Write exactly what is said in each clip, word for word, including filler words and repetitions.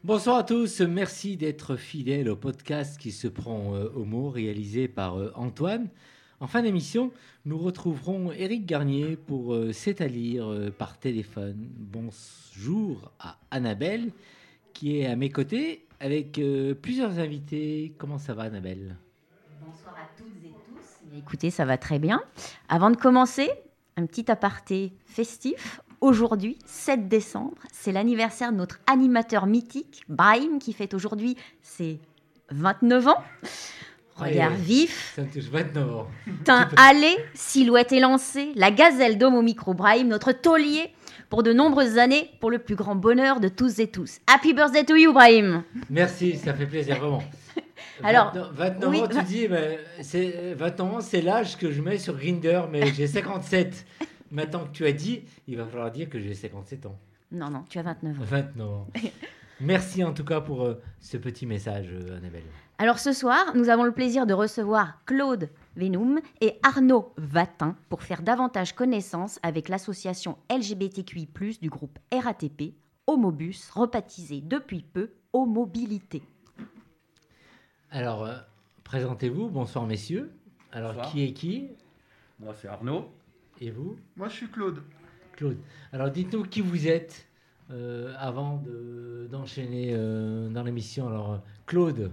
Bonsoir à tous, merci d'être fidèles au podcast qui se prend euh, au mot, réalisé par euh, Antoine. En fin d'émission, nous retrouverons Éric Garnier pour euh, C'est à lire euh, par téléphone. Bonjour à Annabelle qui est à mes côtés avec euh, plusieurs invités. Comment ça va, Annabelle ? Bonsoir à toutes et tous. Écoutez, ça va très bien. Avant de commencer, un petit aparté festif. Aujourd'hui, sept décembre, c'est l'anniversaire de notre animateur mythique, Brahim, qui fête aujourd'hui ses vingt-neuf ans. Regard Ouais, vif, ça me touche vingt-neuf ans. teint hâlé, silhouette élancée, la gazelle d'homme au micro. Brahim, notre taulier, pour de nombreuses années, pour le plus grand bonheur de tous et tous. Happy birthday to you, Brahim. Merci, ça fait plaisir, vraiment. Alors, vingt-neuf, vingt-neuf oui, ans, tu vingt- dis, mais c'est, vingt-neuf ans, c'est l'âge que je mets sur Grindr, mais j'ai cinquante-sept. Maintenant que tu as dit, il va falloir dire que j'ai cinquante-sept ans. Non, non, tu as vingt-neuf ans. vingt-neuf ans. Merci en tout cas pour euh, ce petit message, euh, Annabelle. Alors ce soir, nous avons le plaisir de recevoir Claude Vénoum et Arnaud Vatin pour faire davantage connaissance avec l'association L G B T Q I plus, du groupe R A T P, Homobus, rebaptisé depuis peu Homobilité. Alors, euh, présentez-vous. Bonsoir, messieurs. Alors, Bonsoir. qui est qui ? Moi, c'est Arnaud. Et vous ? Moi, je suis Claude. Claude. Alors, dites-nous qui vous êtes euh, avant de, d'enchaîner euh, dans l'émission. Alors, euh, Claude.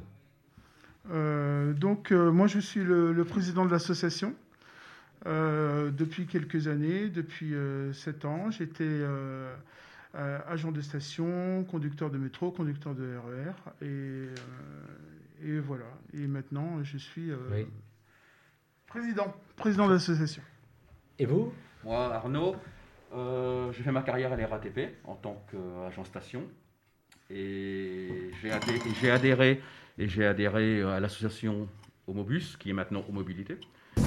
Euh, donc, euh, moi, je suis le, le président de l'association euh, depuis quelques années, depuis euh, sept ans. J'étais euh, euh, agent de station, conducteur de métro, conducteur de R E R. Et, euh, et voilà. Et maintenant, je suis euh, Oui. président, président de l'association. Et vous ? Moi, Arnaud, euh, j'ai fait ma carrière à l'R A T P en tant qu'agent station. Et j'ai adhéré, et j'ai adhéré, et j'ai adhéré à l'association Homobus, qui est maintenant Homobilité.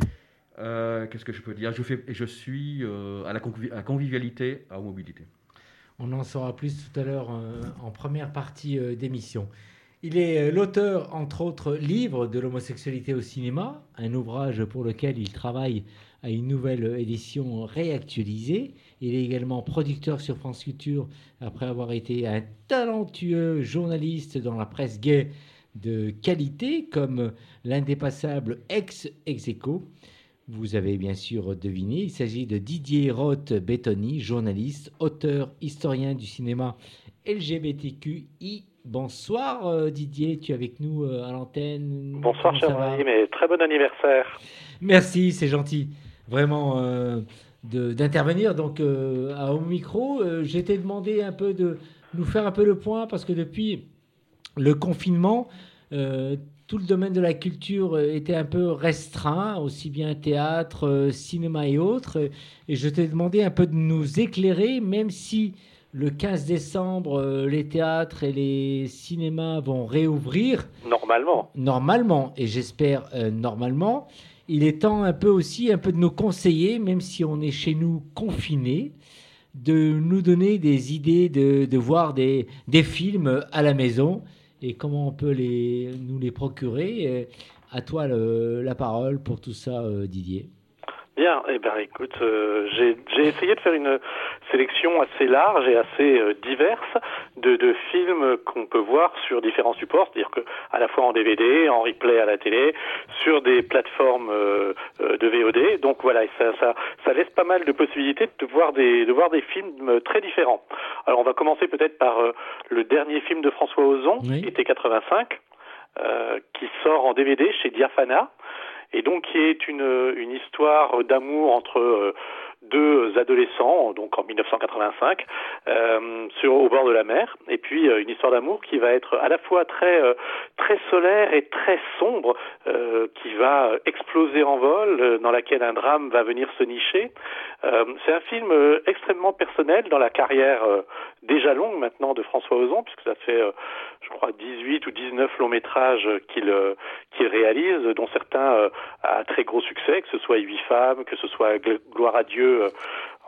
Euh, qu'est-ce que je peux dire ? Je, fais, je suis euh, à, la convivi- à la convivialité à Homobilité. On en saura plus tout à l'heure euh, en première partie euh, d'émission. Il est euh, l'auteur, entre autres, livres de l'homosexualité au cinéma, un ouvrage pour lequel il travaille à une nouvelle édition réactualisée. Il est également producteur sur France Culture après avoir été un talentueux journaliste dans la presse gay de qualité comme l'indépassable ex-Execo. Vous avez bien sûr deviné, il s'agit de Didier Roth-Bettoni, journaliste, auteur, historien du cinéma L G B T Q I. Bonsoir euh, Didier, tu es avec nous euh, à l'antenne. Bonsoir cher Brahim et très bon anniversaire. Merci, c'est gentil vraiment euh, de, d'intervenir donc euh, à au micro. Euh, j'ai été demandé un peu de nous faire un peu le point parce que depuis le confinement, euh, tout le domaine de la culture était un peu restreint, aussi bien théâtre, euh, cinéma et autres. Et je t'ai demandé un peu de nous éclairer, même si le quinze décembre, euh, les théâtres et les cinémas vont réouvrir. Normalement. Normalement, et j'espère euh, normalement. Il est temps un peu aussi, un peu de nous conseiller, même si on est chez nous confinés, de nous donner des idées de, de voir des, des films à la maison et comment on peut les, nous les procurer. À toi le, la parole pour tout ça, euh, Didier. Bien, eh ben écoute, euh, j'ai, j'ai essayé de faire une sélection assez large et assez euh, diverse de, de films qu'on peut voir sur différents supports, c'est-à-dire que à la fois en D V D, en replay à la télé, sur des plateformes euh, euh, de V O D. Donc voilà, ça, ça, ça laisse pas mal de possibilités de voir des, de voir des films très différents. Alors on va commencer peut-être par euh, le dernier film de François Ozon, Oui. été quatre-vingt-cinq, euh, qui sort en D V D chez Diafana. Et donc qui est une, une histoire d'amour entre euh, deux adolescents, donc en dix-neuf cent quatre-vingt-cinq, euh, sur au bord de la mer, et puis euh, une histoire d'amour qui va être à la fois très euh, très solaire et très sombre, euh, qui va exploser en vol, euh, dans laquelle un drame va venir se nicher. Euh, c'est un film euh, extrêmement personnel dans la carrière euh, déjà longue maintenant de François Ozon, puisque ça fait euh, je crois dix-huit ou dix-neuf longs métrages qu'il euh, qu'il réalise, dont certains euh, à très gros succès, que ce soit Huit femmes, que ce soit Gloire à Dieu euh,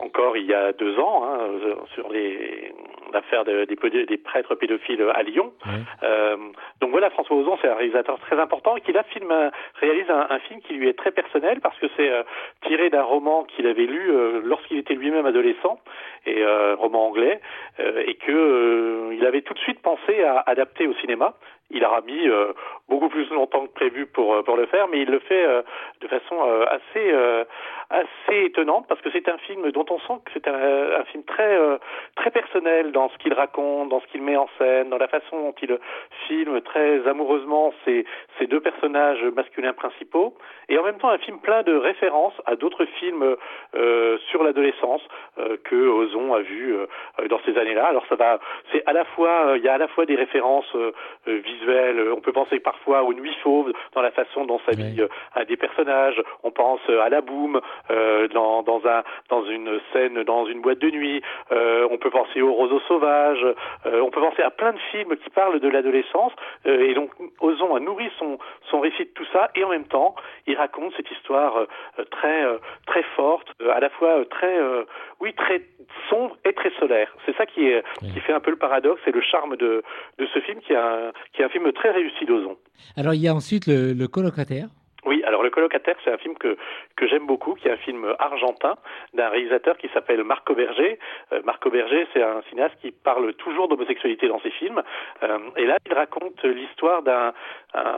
encore il y a deux ans, hein, sur les l'affaire de, des, des prêtres pédophiles à Lyon. Ouais. Euh, donc voilà, François Ozon, c'est un réalisateur très important et qui là filme un, réalise un, un film qui lui est très personnel parce que c'est euh, tiré d'un roman qu'il avait lu euh, lorsqu'il était lui-même adolescent, et euh, roman anglais, euh, et que euh, il avait tout de suite pensé à adapter au cinéma. Il aura mis euh, beaucoup plus longtemps que prévu pour pour le faire, mais il le fait euh, de façon euh, assez euh, assez étonnante parce que c'est un film dont on sent que c'est un, un film très euh, très personnel dans ce qu'il raconte, dans ce qu'il met en scène, dans la façon dont il filme très amoureusement ces ces deux personnages masculins principaux, et en même temps un film plein de références à d'autres films euh, sur l'adolescence euh, que Ozon a vu euh, dans ces années-là. Alors ça va, c'est à la fois il y a à la fois des références euh, visuelles. On peut penser parfois aux Nuits Fauves dans la façon dont s'habillent ouais. des personnages. On pense à La Boum euh, dans, dans, un, dans une scène dans une boîte de nuit. Euh, on peut penser aux Roseaux Sauvages. Euh, on peut penser à plein de films qui parlent de l'adolescence. Euh, et donc Ozon a nourri son, son récit de tout ça. Et en même temps, il raconte cette histoire euh, très, euh, très forte, euh, à la fois euh, très, euh, oui, très sombre et très solaire. C'est ça qui, est, ouais. qui fait un peu le paradoxe et le charme de, de ce film qui est un, qui est un film très réussi d'Ozon. Alors il y a ensuite le, le colocataire. Oui, alors Le Colocataire, c'est un film que que j'aime beaucoup, qui est un film argentin d'un réalisateur qui s'appelle Marco Berger. Euh, Marco Berger, c'est un cinéaste qui parle toujours d'homosexualité dans ses films. Euh, et là, il raconte l'histoire d'un un,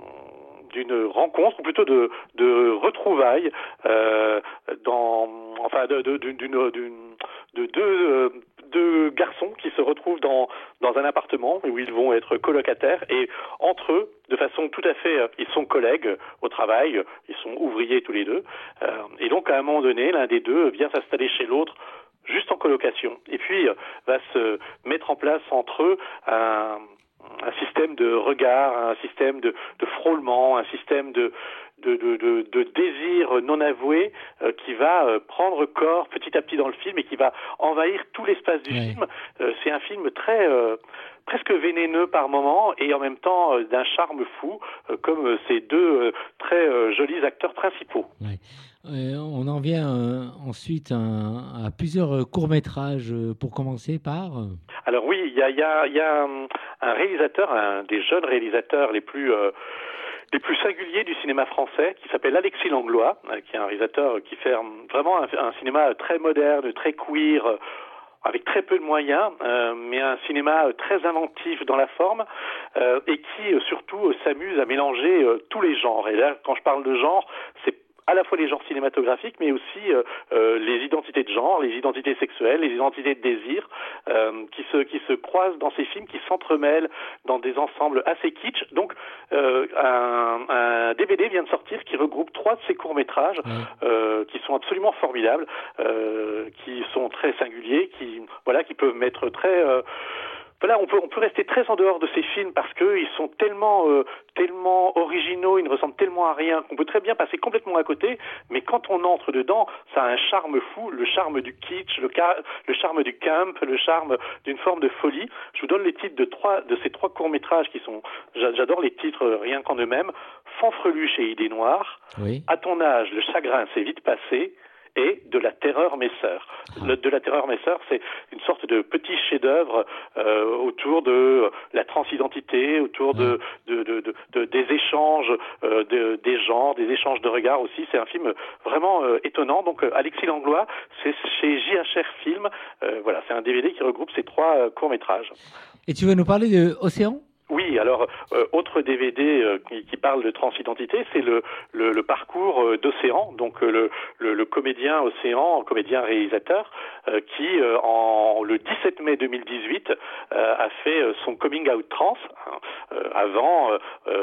d'une rencontre, ou plutôt de de retrouvailles euh, dans, enfin, de de d'une d'une, d'une de deux euh, deux garçons qui se retrouvent dans dans un appartement où ils vont être colocataires, et entre eux, de façon tout à fait, ils sont collègues au travail, ils sont ouvriers tous les deux, euh, et donc à un moment donné, l'un des deux vient s'installer chez l'autre juste en colocation, et puis va se mettre en place entre eux un un système de regard, un système de, de frôlement, un système de de, de, de, de désir non avoué euh, qui va euh, prendre corps petit à petit dans le film et qui va envahir tout l'espace du ouais. film. Euh, c'est un film très euh, presque vénéneux par moments et en même temps euh, d'un charme fou, euh, comme euh, ces deux euh, très euh, jolis acteurs principaux. Ouais. Euh, on en vient euh, ensuite à, à plusieurs courts-métrages, pour commencer par... Alors oui, il y a, y a, y a un, un réalisateur, un des jeunes réalisateurs les plus... Euh, les plus singuliers du cinéma français, qui s'appelle Alexis Langlois, qui est un réalisateur qui fait vraiment un, un cinéma très moderne, très queer, avec très peu de moyens, euh, mais un cinéma très inventif dans la forme, euh, et qui euh, surtout s'amuse à mélanger euh, tous les genres. Et là, quand je parle de genre, c'est à la fois les genres cinématographiques, mais aussi euh, euh, les identités de genre, les identités sexuelles, les identités de désir, euh, qui se qui se croisent dans ces films, qui s'entremêlent dans des ensembles assez kitsch. Donc, euh, un, un D V D vient de sortir qui regroupe trois de ces courts-métrages, mmh. euh, qui sont absolument formidables, euh, qui sont très singuliers, qui voilà, qui peuvent mettre très euh, Voilà, on peut on peut rester très en dehors de ces films parce que ils sont tellement euh, tellement originaux, ils ne ressemblent tellement à rien qu'on peut très bien passer complètement à côté. Mais quand on entre dedans, ça a un charme fou, le charme du kitsch, le, ca- le charme du camp, le charme d'une forme de folie. Je vous donne les titres de trois de ces trois courts métrages qui sont, j'adore les titres rien qu'en eux-mêmes. Fanfreluche et idées noires. Oui. À ton âge, le chagrin s'est vite passé. Et De la terreur, mes sœurs. Le, de la terreur, mes sœurs, c'est une sorte de petit chef-d'œuvre euh, autour de la transidentité, autour de, de, de, de, de des échanges euh, de, des genres, des échanges de regards aussi. C'est un film vraiment euh, étonnant. Donc euh, Alexis Langlois, c'est chez J H R Film. Euh, voilà, c'est un D V D qui regroupe ces trois euh, courts-métrages. Et tu veux nous parler de Océan ? Oui, alors euh, autre D V D euh, qui, qui parle de transidentité, c'est le, le, le parcours euh, d'Océan, donc euh, le, le, le comédien Océan, comédien réalisateur, euh, qui euh, en le dix-sept mai deux mille dix-huit euh, a fait euh, son coming out trans. Hein. Euh, avant, euh,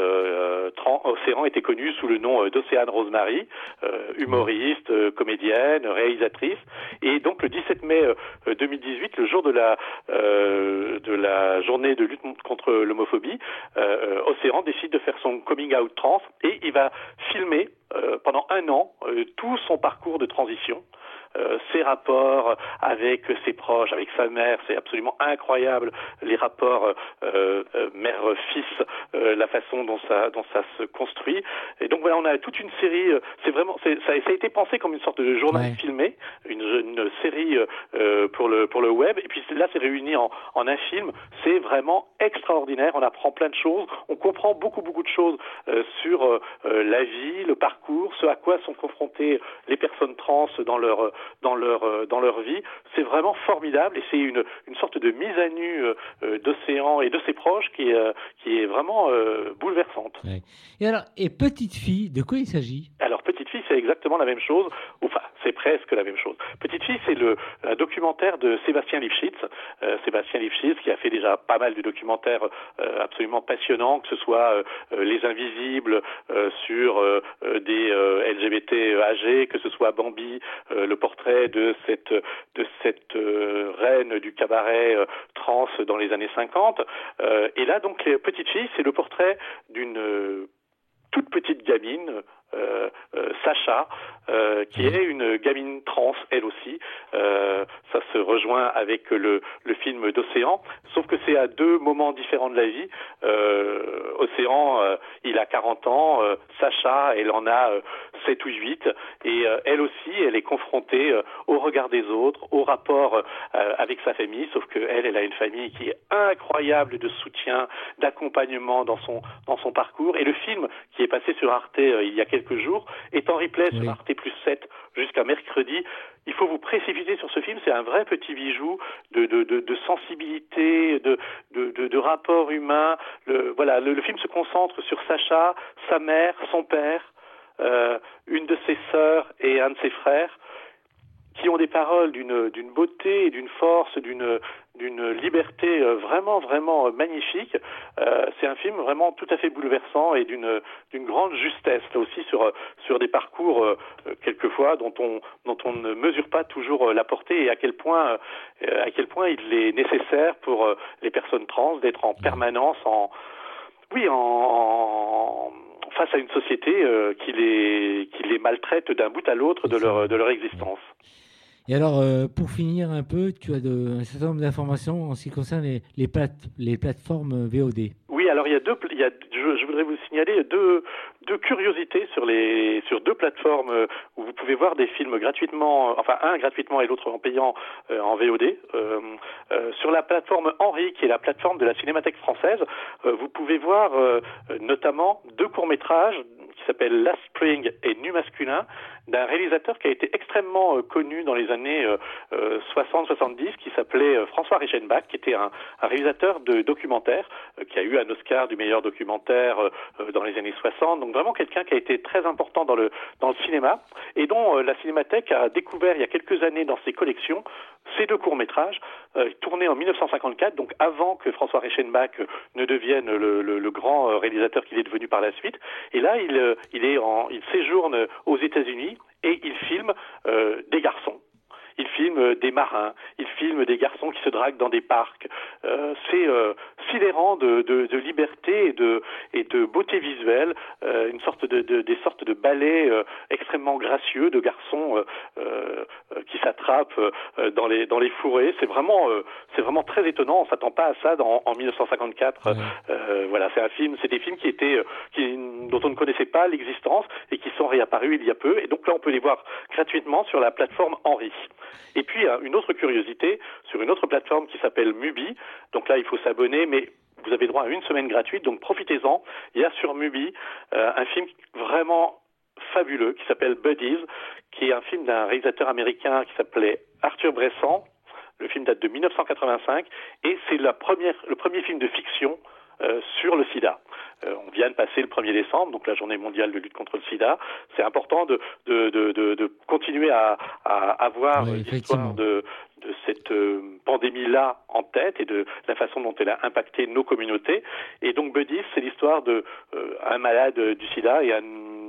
euh, trans, Océan était connu sous le nom euh, d'Océane Rosemary, euh, humoriste, euh, comédienne, réalisatrice, et donc le dix-sept mai euh, deux mille dix-huit, le jour de la euh, de la journée de lutte contre l'homophobie, Euh, Océan décide de faire son coming out trans et il va filmer euh, pendant un an euh, tout son parcours de transition. Euh, ses rapports avec ses proches, avec sa mère, c'est absolument incroyable, les rapports euh, euh, mère-fils, euh, la façon dont ça, dont ça se construit. Et donc voilà, on a toute une série, euh, c'est vraiment, c'est, ça, ça a été pensé comme une sorte de journal ouais. filmé, une, une série euh, pour le pour le web, et puis là c'est réuni en, en un film, c'est vraiment extraordinaire, on apprend plein de choses, on comprend beaucoup beaucoup de choses euh, sur euh, la vie, le parcours, ce à quoi sont confrontées les personnes trans dans leur dans leur dans leur vie. C'est vraiment formidable et c'est une une sorte de mise à nu euh, d'Océan et de ses proches qui est euh, qui est vraiment euh, bouleversante. Ouais. Et alors, et Petite Fille, de quoi il s'agit ? Alors Petite Fille, c'est exactement la même chose. Enfin, c'est presque la même chose. Petite Fille, c'est le un documentaire de Sébastien Lifshitz. Euh, Sébastien Lifshitz qui a fait déjà pas mal de documentaires euh, absolument passionnants, que ce soit euh, Les Invisibles euh, sur euh, des euh, L G B T âgés, que ce soit Bambi, euh, le portrait de cette de cette euh, reine du cabaret euh, trans dans les années cinquante. Euh, et là, donc, les Petites Filles, c'est le portrait d'une euh, toute petite gamine, euh, euh, Sacha, euh, qui est une gamine trans, elle aussi. Euh, ça se rejoint avec le, le film d'Océan, sauf que c'est à deux moments différents de la vie. Euh, Océan, euh, il a quarante ans, euh, Sacha, elle en a euh, sept ou huit, et euh, elle aussi, elle est confrontée euh, au regard des autres, au rapport euh, avec sa famille, sauf que elle, elle a une famille qui est incroyable de soutien, d'accompagnement dans son dans son parcours. Et le film qui est passé sur Arte euh, il y a quelques jours est en replay oui. sur Arte plus sept jusqu'à mercredi. Il faut vous précipiter sur ce film, c'est un vrai petit bijou de, de, de, de sensibilité, de, de, de, de rapport humain. Le, voilà, le, le film se concentre sur Sacha, sa mère, son père, euh, une de ses sœurs et un de ses frères, qui ont des paroles d'une, d'une beauté, d'une force, d'une, d'une liberté vraiment, vraiment magnifique. Euh, c'est un film vraiment tout à fait bouleversant et d'une, d'une grande justesse, là aussi, sur, sur des parcours, euh, quelquefois, dont on, dont on ne mesure pas toujours la portée et à quel point, euh, à quel point il est nécessaire pour les personnes trans d'être en permanence en, oui, en, en face à une société euh, qui les, qui les maltraite d'un bout à l'autre de leur, de leur existence. Et alors, euh, pour finir un peu, tu as de, un certain nombre d'informations en ce qui concerne les, les, plate, les plateformes V O D. Oui, alors il y a deux, il y a, je, je voudrais vous signaler deux, deux curiosités sur les, sur deux plateformes où vous pouvez voir des films gratuitement, enfin un gratuitement et l'autre en payant euh, en V O D. Euh, euh, sur la plateforme Henri, qui est la plateforme de la Cinémathèque française, euh, vous pouvez voir euh, notamment deux courts-métrages qui s'appellent Last Spring et Nu Masculin, d'un réalisateur qui a été extrêmement euh, connu dans les années euh, euh, soixante soixante-dix, qui s'appelait euh, François Reichenbach, qui était un, un réalisateur de documentaires, euh, qui a eu un Oscar du meilleur documentaire euh, euh, dans les années soixante, donc vraiment quelqu'un qui a été très important dans le, dans le cinéma, et dont euh, la Cinémathèque a découvert il y a quelques années dans ses collections ces deux courts-métrages, euh, tournés en dix-neuf cent cinquante-quatre, donc avant que François Reichenbach euh, ne devienne le, le, le grand euh, réalisateur qu'il est devenu par la suite. Et là, il, euh, il, est en, il séjourne aux États-Unis et il filme euh, des garçons. Il filme des marins, il filme des garçons qui se draguent dans des parcs. Euh, c'est euh, sidérant de, de, de liberté et de, et de beauté visuelle, euh, une sorte de, de, des sortes de ballets euh, extrêmement gracieux de garçons euh, euh, qui s'attrapent euh, dans les dans les fourrés. C'est vraiment euh, c'est vraiment très étonnant. On s'attend pas à ça dans, en dix-neuf cent cinquante-quatre. Mmh. Euh, voilà, c'est un film, c'est des films qui étaient qui, dont on ne connaissait pas l'existence et qui sont réapparus il y a peu. Et donc là, on peut les voir gratuitement sur la plateforme Henri. Et puis, une autre curiosité, sur une autre plateforme qui s'appelle Mubi. Donc là, il faut s'abonner, mais vous avez droit à une semaine gratuite, donc profitez-en. Il y a sur Mubi euh, un film vraiment fabuleux qui s'appelle Buddies, qui est un film d'un réalisateur américain qui s'appelait Arthur Bressan. Le film date de dix-neuf cent quatre-vingt-cinq et c'est la première, le premier film de fiction Euh, sur le sida. Euh, on vient de passer le premier décembre, donc la journée mondiale de lutte contre le sida. C'est important de, de, de, de, de continuer à, à avoir oui, l'histoire de, de cette euh, pandémie-là en tête et de la façon dont elle a impacté nos communautés. Et donc Buddies, c'est l'histoire de euh, un malade du sida et un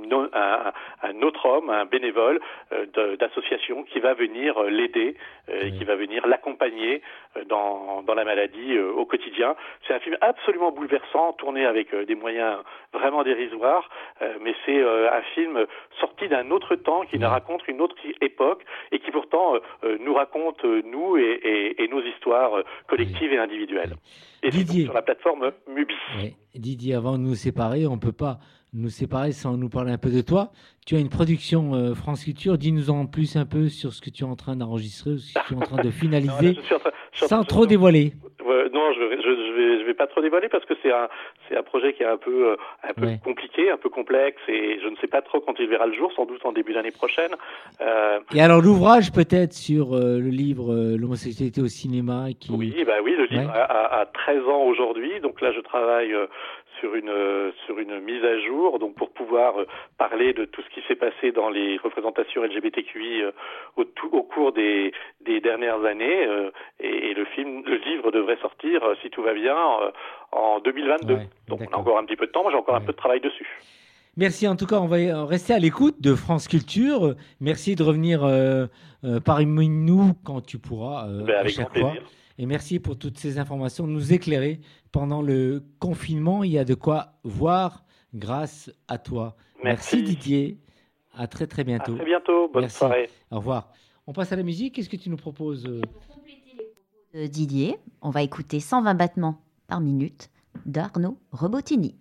un, un autre homme, un bénévole euh, de, d'association qui va venir euh, l'aider, euh, Oui. qui va venir l'accompagner euh, dans, dans la maladie euh, au quotidien. C'est un film absolument bouleversant, tourné avec euh, des moyens vraiment dérisoires, euh, mais c'est euh, un film sorti d'un autre temps qui Oui. nous raconte une autre époque et qui pourtant euh, euh, nous raconte euh, nous et, et, et nos histoires euh, collectives Oui. et individuelles. Et c'est Didier. donc sur la plateforme Mubi. Oui. Didier, avant de nous séparer, on ne peut pas nous séparer sans nous parler un peu de toi. Tu as une production euh, France Culture. Dis-nous en plus un peu sur ce que tu es en train d'enregistrer, ce que tu es en train de finaliser, Non, là, je suis en train- je suis en train sans de- trop dévoiler. Ouais, non, je, je, je vais, je vais pas trop dévoiler parce que c'est un, c'est un projet qui est un peu, euh, un peu Ouais. compliqué, un peu complexe, et je ne sais pas trop quand il verra le jour, sans doute en début d'année prochaine. Euh, Et alors l'ouvrage peut-être sur euh, le livre euh, L'homosexualité au cinéma qui... oui, bah oui, le livre Ouais. a, a- a treize ans aujourd'hui, donc là je travaille euh, sur une euh, sur une mise à jour, donc pour pouvoir euh, parler de tout ce qui s'est passé dans les représentations L G B T Q I euh, au, tout, au cours des, des dernières années, euh, et, et le film, le livre devrait sortir, euh, si tout va bien, euh, en deux mille vingt-deux. Ouais, donc on a d'accord. encore un petit peu de temps, moi j'ai encore Ouais. un peu de travail dessus. Merci en tout cas, on va rester à l'écoute de France Culture. Merci de revenir euh, euh, parmi nous quand tu pourras euh, Ben, à avec chaque grand fois. plaisir. Et merci pour toutes ces informations, de nous éclairer pendant le confinement. Il y a de quoi voir grâce à toi. Merci, Merci. Didier. À très très À bientôt. très bientôt, bonne Merci. soirée. Au revoir. On passe à la musique. Qu'est-ce que tu nous proposes euh Pour compléter les propos de Didier, on va écouter cent vingt battements par minute d'Arnaud Robotini.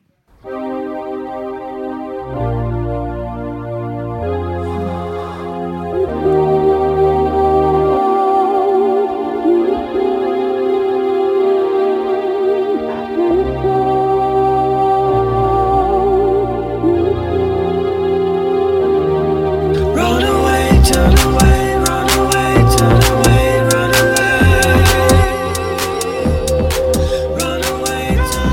Run away, turn away, run away, turn away, run away. Run away, turn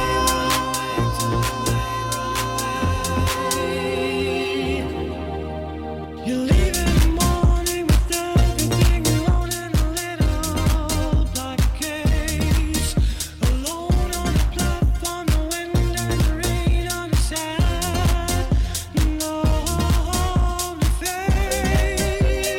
away, run away. You leave in the morning with everything you want in a little black case. Alone on the platform, the wind and the rain on the sand. No face.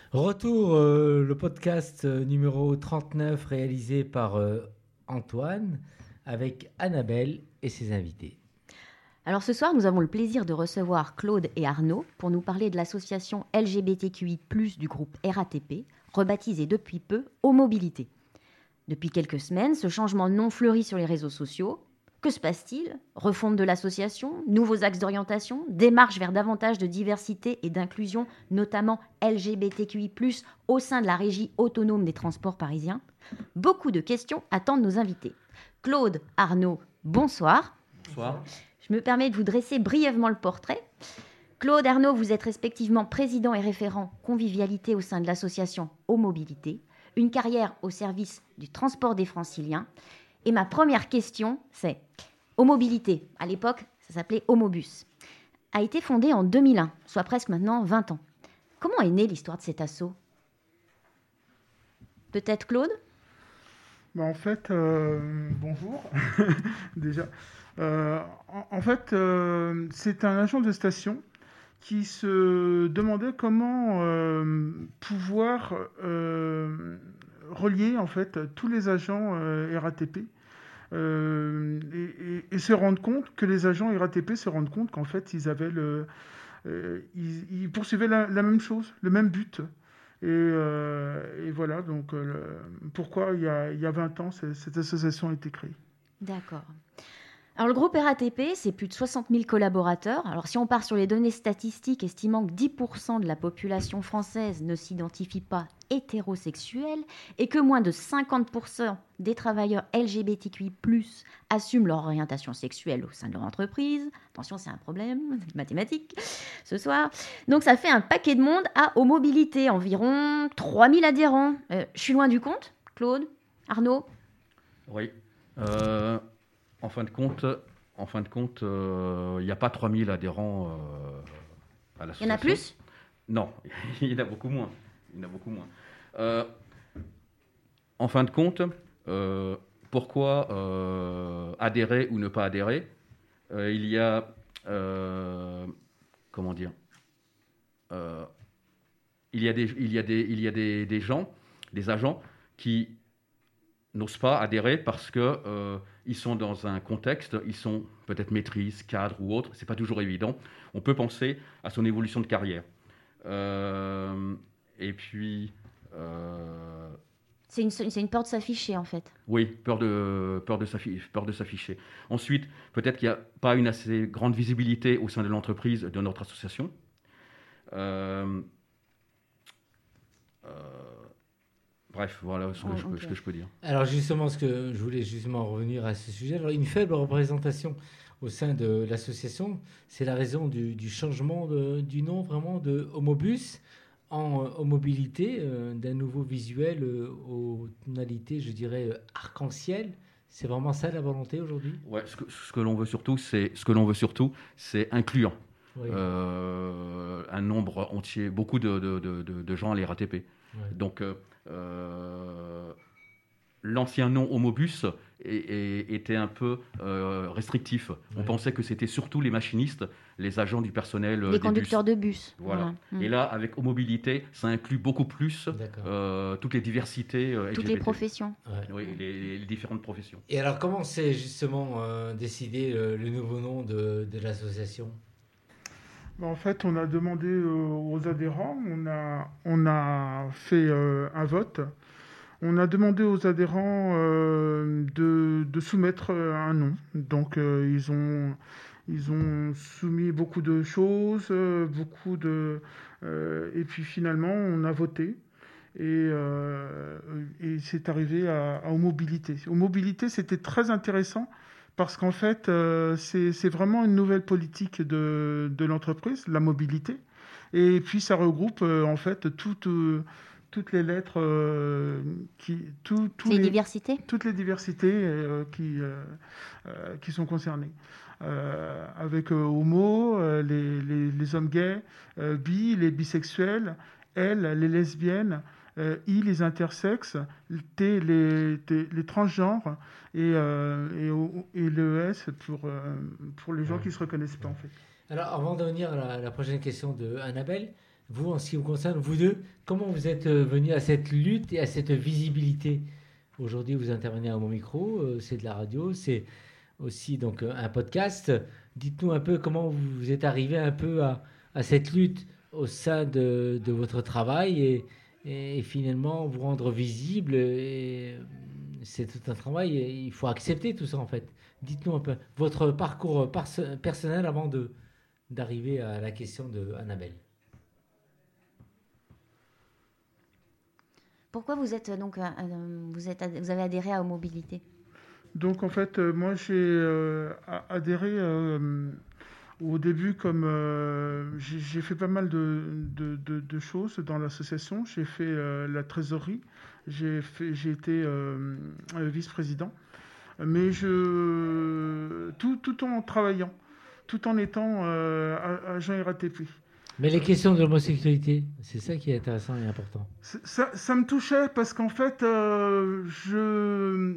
Retour, euh, le podcast euh, numéro trente-neuf réalisé par euh, Antoine avec Annabelle et ses invités. Alors ce soir, nous avons le plaisir de recevoir Claude et Arnaud pour nous parler de l'association L G B T Q I plus, du groupe R A T P, rebaptisée depuis peu O-Mobilité. Depuis quelques semaines, ce changement de nom fleurit sur les réseaux sociaux. Que se passe-t-il? Refonte de l'association, nouveaux axes d'orientation, démarche vers davantage de diversité et d'inclusion, notamment L G B T Q I plus, au sein de la régie autonome des transports parisiens. Beaucoup de questions attendent nos invités. Claude, Arnaud, bonsoir. Bonsoir. Je me permets de vous dresser brièvement le portrait. Claude, Arnaud, vous êtes respectivement président et référent convivialité au sein de l'association O-Mobilité, une carrière au service du transport des franciliens. Et ma première question, c'est O-Mobilité, à l'époque, ça s'appelait Homobus, a été fondée en deux mille un, soit presque maintenant vingt ans. Comment est née l'histoire de cet assaut? Peut-être Claude? Bah, en fait, euh, bonjour, déjà. Euh, en, en fait, euh, c'est un agent de station qui se demandait comment euh, pouvoir euh, relier en fait tous les agents euh, R A T P euh, et, et- et se rendre compte que les agents R A T P se rendent compte qu'en fait ils avaient le, euh, ils, ils poursuivaient la, la même chose, le même but. Et, euh, et voilà, donc euh, le- pourquoi il y a, il y a vingt ans, c'est- cette association a été créée. D'accord. Alors, le groupe R A T P, c'est plus de soixante mille collaborateurs. Alors, si on part sur les données statistiques estimant que dix pour cent de la population française ne s'identifie pas hétérosexuelle et que moins de cinquante pour cent des travailleurs L G B T Q I plus, assument leur orientation sexuelle au sein de leur entreprise. Attention, c'est un problème mathématique ce soir. Donc, ça fait un paquet de monde à O-Mobilité, environ trois mille adhérents. Euh, je suis loin du compte, Claude, Arnaud? Oui. Euh, en fin de compte, en fin de compte, euh, il n'y a pas trois mille adhérents euh, à Il y l'association. en a plus? Non, il y en a beaucoup moins. Il y en a beaucoup moins. Euh, en fin de compte, euh, pourquoi euh, adhérer ou ne pas adhérer? Euh, Il y a, euh, comment dire, euh, il y a des, il y a des, il y a des, des gens, des agents qui n'osent pas adhérer parce que euh, ils sont dans un contexte, ils sont peut-être maîtrise, cadre ou autre. C'est pas toujours évident. On peut penser à son évolution de carrière. Euh, et puis, euh, C'est une, c'est une peur de s'afficher, en fait. oui, peur de, peur de s'affi- peur de s'afficher. Ensuite, peut-être qu'il n'y a pas une assez grande visibilité au sein de l'entreprise de notre association. Euh, euh, bref, voilà ce que, Oh, je, peux- ok. ce que je peux dire. Alors justement, ce que je voulais justement revenir à ce sujet, alors une faible représentation au sein de l'association, c'est la raison du, du changement de- du nom vraiment de Homobus en euh, Homobilité, euh, d'un nouveau visuel euh, aux tonalités, je dirais, euh, arc-en-ciel. C'est vraiment ça la volonté aujourd'hui? Ouais, ce que, ce que l'on veut surtout, c'est ce que l'on veut surtout, c'est inclure Oui. euh, un nombre entier, beaucoup de, de- de- de- de gens à l'R A T P. Ouais. Donc, euh, euh, l'ancien nom Homobus est- est- était un peu euh, restrictif. On Ouais. pensait que c'était surtout les machinistes, les agents du personnel euh, Les des conducteurs bus. de bus. Voilà. Mm. Et là, avec Homobilité, ça inclut beaucoup plus D'accord. euh, toutes les diversités euh, Toutes L G B T. les professions. Ouais. Oui, les, les différentes professions. Et alors, comment c'est justement euh, décidé le, le nouveau nom de, de l'association? Bah, En fait, on a demandé euh, aux adhérents, on a, on a fait euh, un vote. On a demandé aux adhérents euh, de, de soumettre euh, un nom. Donc, euh, ils ont, ils ont soumis beaucoup de choses, euh, beaucoup de, euh, et puis finalement, on a voté. Et, euh, et c'est arrivé à, à Mobilité. Mobilité, c'était très intéressant parce qu'en fait, euh, c'est c'est vraiment une nouvelle politique de, de l'entreprise, la mobilité. Et puis, ça regroupe euh, en fait toutes, euh, toutes les lettres, euh, qui, tout- tous C'est les, diversité. toutes les diversités euh, qui, euh, euh, qui sont concernées. Euh, avec euh, homo, euh, les, les, les hommes gays, euh, bi, les bisexuels, L, les lesbiennes, euh, I, les intersexes, T, les, T, les transgenres, et, euh, et, O- et le S pour, euh, pour les gens Ouais. qui ne se reconnaissent pas en fait. Alors, avant de venir à la, la prochaine question de Annabelle, Vous, en ce qui vous concerne, vous deux, comment vous êtes euh, venus à cette lutte et à cette visibilité? Aujourd'hui, vous intervenez à mon micro, euh, c'est de la radio, c'est aussi donc euh, un podcast. Dites-nous un peu comment vous êtes arrivé un peu à, à cette lutte au sein de, de votre travail et, et finalement vous rendre visible. Et, euh, c'est tout un travail et il faut accepter tout ça en fait. Dites-nous un peu votre parcours pars- personnel avant de, d'arriver à la question de Annabelle. Pourquoi vous êtes euh, donc euh, euh, vous êtes ad- vous avez adhéré à Mobilité? Donc en fait, euh, moi j'ai euh, a- adhéré euh, au début comme euh, j'ai j'ai fait pas mal de, de- de- de choses dans l'association. J'ai fait euh, la trésorerie, j'ai fait, j'ai été euh, euh, vice-président, mais je tout, tout en travaillant, tout en étant euh, a- agent R A T P. Mais les questions de l'homosexualité, c'est ça qui est intéressant et important. C'est- Ça, ça me touchait parce qu'en fait, euh, je,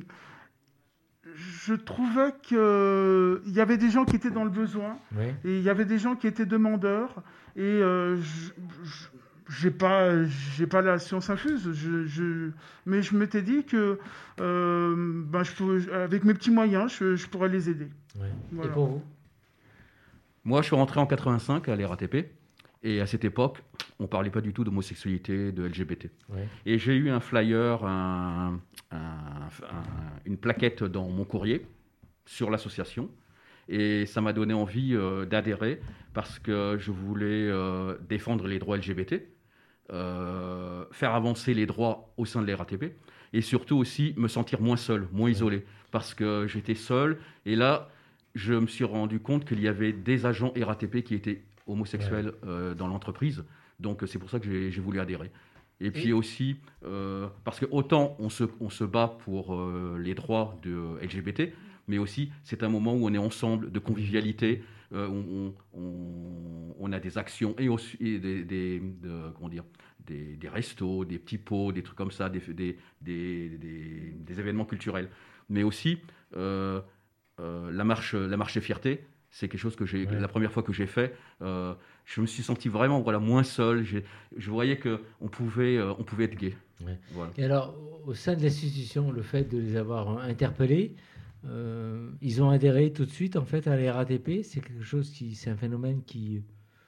je trouvais qu'il y avait des gens qui étaient dans le besoin Oui. et il y avait des gens qui étaient demandeurs. Et euh, je je- j'ai pas, j'ai pas la science infuse, je, je- mais je m'étais dit que euh, ben, je pouvais- avec mes petits moyens, je, je pourrais les aider. Ouais. Voilà. Et pour vous? Moi, je suis rentré en quatre-vingt-cinq à l'R A T P. Et à cette époque, on ne parlait pas du tout d'homosexualité, de L G B T. Ouais. Et j'ai eu un flyer, un- un- un- une plaquette dans mon courrier sur l'association. Et ça m'a donné envie euh, d'adhérer parce que je voulais euh, défendre les droits L G B T, euh, faire avancer les droits au sein de l'R A T P et surtout aussi me sentir moins seul, moins isolé. Parce que j'étais seul et là, je me suis rendu compte qu'il y avait des agents R A T P qui étaient homosexuels euh, dans l'entreprise. Donc c'est pour ça que j'ai j'ai voulu adhérer. Et puis Et- aussi, euh, parce que autant on se, on se bat pour euh, les droits de L G B T, mais aussi c'est un moment où on est ensemble, de convivialité, euh, on, on- on a des actions et, aussi, et des, des- de- comment dire, des, des restos, des petits pots, des trucs comme ça, des, des, des, des- des événements culturels. Mais aussi, euh, euh, la, marche, la marche des fiertés, c'est quelque chose que j'ai, Ouais. la première fois que j'ai fait, euh, je me suis senti vraiment voilà, moins seul. J'ai- je voyais qu'on pouvait, euh, on pouvait être gay. Ouais. Voilà. Et alors, au sein de l'institution, le fait de les avoir interpellés, euh, ils ont adhéré tout de suite en fait à la R A T P. C'est quelque chose qui, c'est un phénomène qui,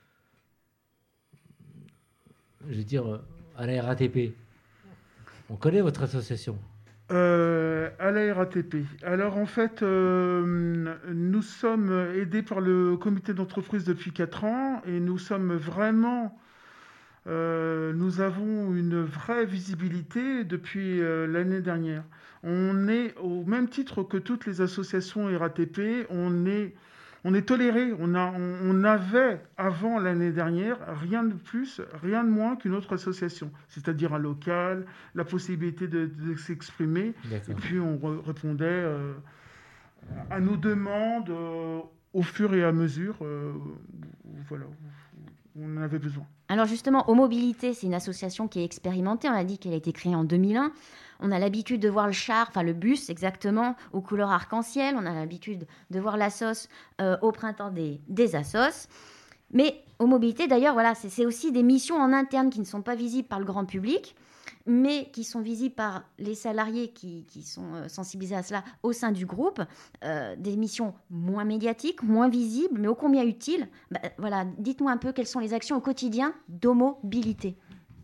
je veux dire, à la R A T P. On connaît votre association. Euh, à la R A T P. Alors en fait, euh, nous sommes aidés par le comité d'entreprise depuis quatre ans et nous sommes vraiment, euh, nous avons une vraie visibilité depuis euh, l'année dernière. On est au même titre que toutes les associations R A T P, on est, on est toléré. On, a, on, on avait avant l'année dernière rien de plus, rien de moins qu'une autre association, c'est-à-dire un local, la possibilité de, de s'exprimer. Et D'accord. puis on re- répondait euh, à nos demandes euh, au fur et à mesure, euh, où- voilà, où on en avait besoin. Alors justement, Mobilité, c'est une association qui est expérimentée. On a dit qu'elle a été créée en deux mille un. On a l'habitude de voir le char, enfin le bus exactement, aux couleurs arc-en-ciel. On a l'habitude de voir l'assos euh, au printemps des, des assos. Mais Mobilité, d'ailleurs, voilà, c'est c'est aussi des missions en interne qui ne sont pas visibles par le grand public, mais qui sont visibles par les salariés qui, qui sont euh, sensibilisés à cela au sein du groupe. Euh, des missions moins médiatiques, moins visibles, mais ô combien utiles. Bah, voilà, dites-nous un peu quelles sont les actions au quotidien d'Mobilité.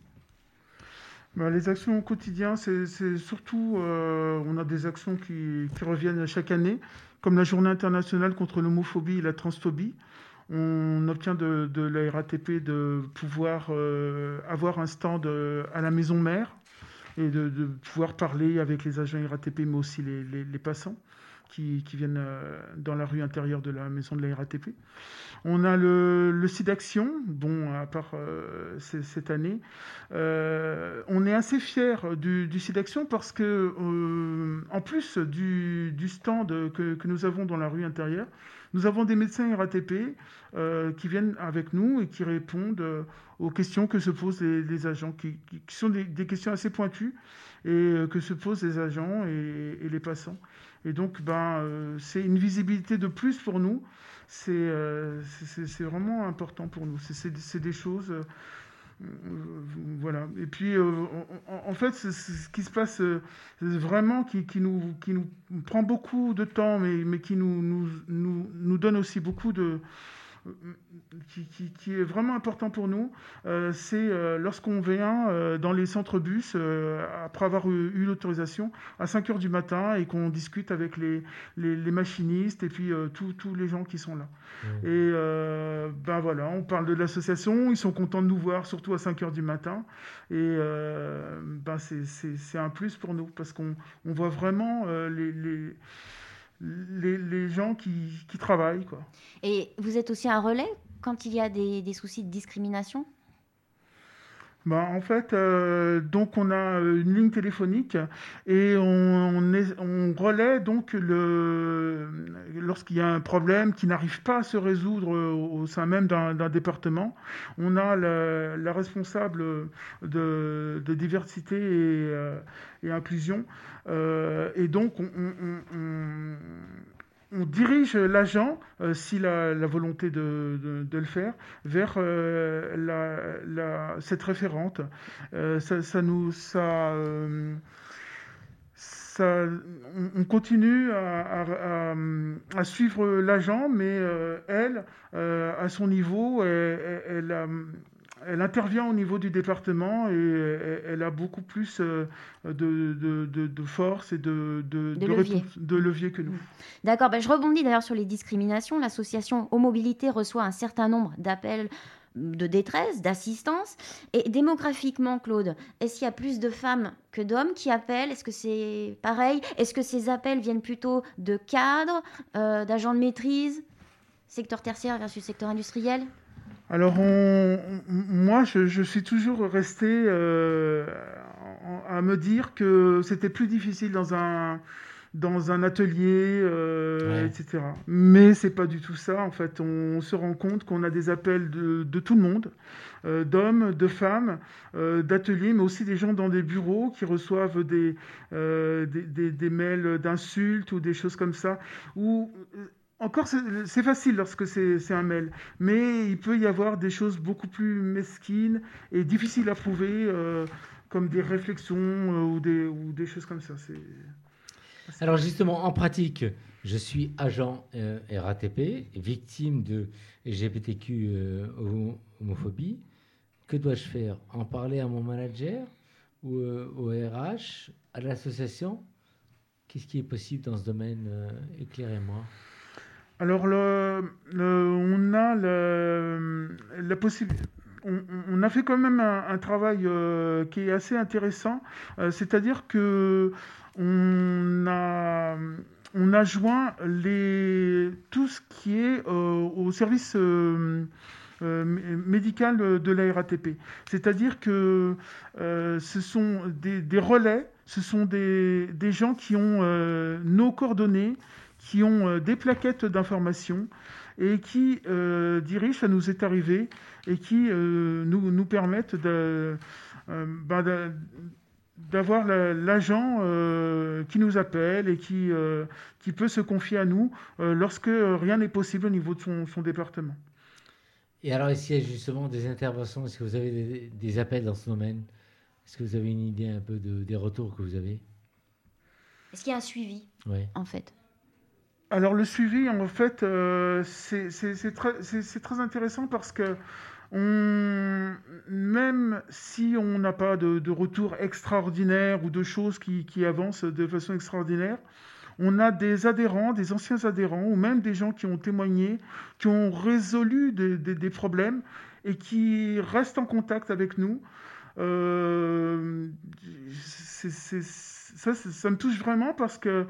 Ben, les actions au quotidien, c'est c'est surtout, euh, on a des actions qui, qui reviennent chaque année, comme la journée internationale contre l'homophobie et la transphobie. On obtient de, de la R A T P de pouvoir euh, avoir un stand euh, à la maison mère et de, de pouvoir parler avec les agents R A T P, mais aussi les, les- les passants qui, qui viennent euh, dans la rue intérieure de la maison de la R A T P. On a le, le SIDAction, bon, à part euh, c- cette année. Euh, on est assez fiers du, du SIDAction parce que, euh, en plus du, du stand que, que nous avons dans la rue intérieure, nous avons des médecins R A T P euh, qui viennent avec nous et qui répondent euh, aux questions que se posent les, les agents, qui, qui- qui sont des, des questions assez pointues et euh, que se posent les agents et, et les passants. Et donc, ben, euh, c'est une visibilité de plus pour nous. C'est euh, c'est- c'est- c'est vraiment important pour nous. C'est c'est- c'est des choses. euh, Voilà. Et puis, euh, en, en fait, c'est, c'est ce qui se passe euh, vraiment, qui, qui, nous, qui nous prend beaucoup de temps, mais, mais qui nous, nous, nous, nous donne aussi beaucoup de... Qui, qui, qui est vraiment important pour nous, euh, c'est euh, lorsqu'on vient euh, dans les centres bus, euh, après avoir eu, eu l'autorisation, à cinq heures du matin, et qu'on discute avec les, les, les machinistes et puis euh, tous les gens qui sont là. Mmh. Et euh, ben voilà, on parle de l'association, ils sont contents de nous voir, surtout à cinq heures du matin. Et euh, ben c'est, c'est, c'est un plus pour nous, parce qu'on on voit vraiment euh, les... les Les, les gens qui, qui travaillent, quoi. Et vous êtes aussi un relais quand il y a des, des soucis de discrimination ? Ben, en fait, euh, donc on a une ligne téléphonique et on, on, est, on relaie donc le, lorsqu'il y a un problème qui n'arrive pas à se résoudre au, au sein même d'un, d'un département, on a la, la responsable de, de diversité et, euh, et inclusion euh, et donc on, on, on, on dirige l'agent, euh, s'il a la volonté de, de, de le faire, vers euh, la, la, cette référente. Euh, ça, ça nous... Ça, euh, ça, on, on continue à, à, à, à suivre l'agent, mais euh, elle, euh, à son niveau, elle, elle, a, elle intervient au niveau du département et elle, elle a beaucoup plus de, de, de, de force et de, de, de, de, levier. réponse, de levier que nous. D'accord, ben je rebondis d'ailleurs sur les discriminations. L'association Homobilité reçoit un certain nombre d'appels de détresse, d'assistance. Et démographiquement, Claude, est-ce qu'il y a plus de femmes que d'hommes qui appellent ? Est-ce que c'est pareil ? Est-ce que ces appels viennent plutôt de cadres, euh, d'agents de maîtrise, secteur tertiaire versus secteur industriel ? Alors, on, moi, je, je suis toujours resté euh, à me dire que c'était plus difficile dans un, dans un atelier, euh, ouais. et cetera. Mais c'est pas du tout ça. En fait, on se rend compte qu'on a des appels de, de tout le monde, euh, d'hommes, de femmes, euh, d'ateliers, mais aussi des gens dans des bureaux qui reçoivent des, euh, des, des, des mails d'insultes ou des choses comme ça. Ou encore, c'est, c'est facile lorsque c'est, c'est un mail, mais il peut y avoir des choses beaucoup plus mesquines et difficiles à prouver, euh, comme des réflexions euh, ou, des, ou des choses comme ça. C'est... Alors justement, en pratique, je suis agent euh, R A T P, victime de L G B T Q euh, homophobie. Que dois-je faire ? En parler à mon manager ou euh, au R H, à l'association ? Qu'est-ce qui est possible dans ce domaine ? euh, Éclairez-moi. Alors, le, le, on a le, la possibilité... On, on a fait quand même un, un travail euh, qui est assez intéressant, euh, c'est-à-dire que on a, on a joint les, tout ce qui est euh, au service euh, euh, médical de la R A T P. C'est-à-dire que euh, ce sont des, des relais, ce sont des, des gens qui ont euh, nos coordonnées, qui ont euh, des plaquettes d'information et qui euh, dirigent, ça nous est arrivé, et qui euh, nous, nous permettent de, euh, ben de, d'avoir la, l'agent euh, qui nous appelle et qui, euh, qui peut se confier à nous euh, lorsque rien n'est possible au niveau de son, son département. Et alors, est-ce qu'il y a justement des interventions ? Est-ce que vous avez des, des appels dans ce domaine ? Est-ce que vous avez une idée un peu de, des retours que vous avez ? Est-ce qu'il y a un suivi, ouais. en fait ? Alors le suivi, en fait, euh, c'est, c'est, c'est, très, c'est, c'est très intéressant parce que on, même si on n'a pas de, de retour extraordinaire ou de choses qui, qui avancent de façon extraordinaire, on a des adhérents, des anciens adhérents, ou même des gens qui ont témoigné, qui ont résolu des, des, des problèmes et qui restent en contact avec nous. Euh, c'est, c'est, ça, ça, ça me touche vraiment parce que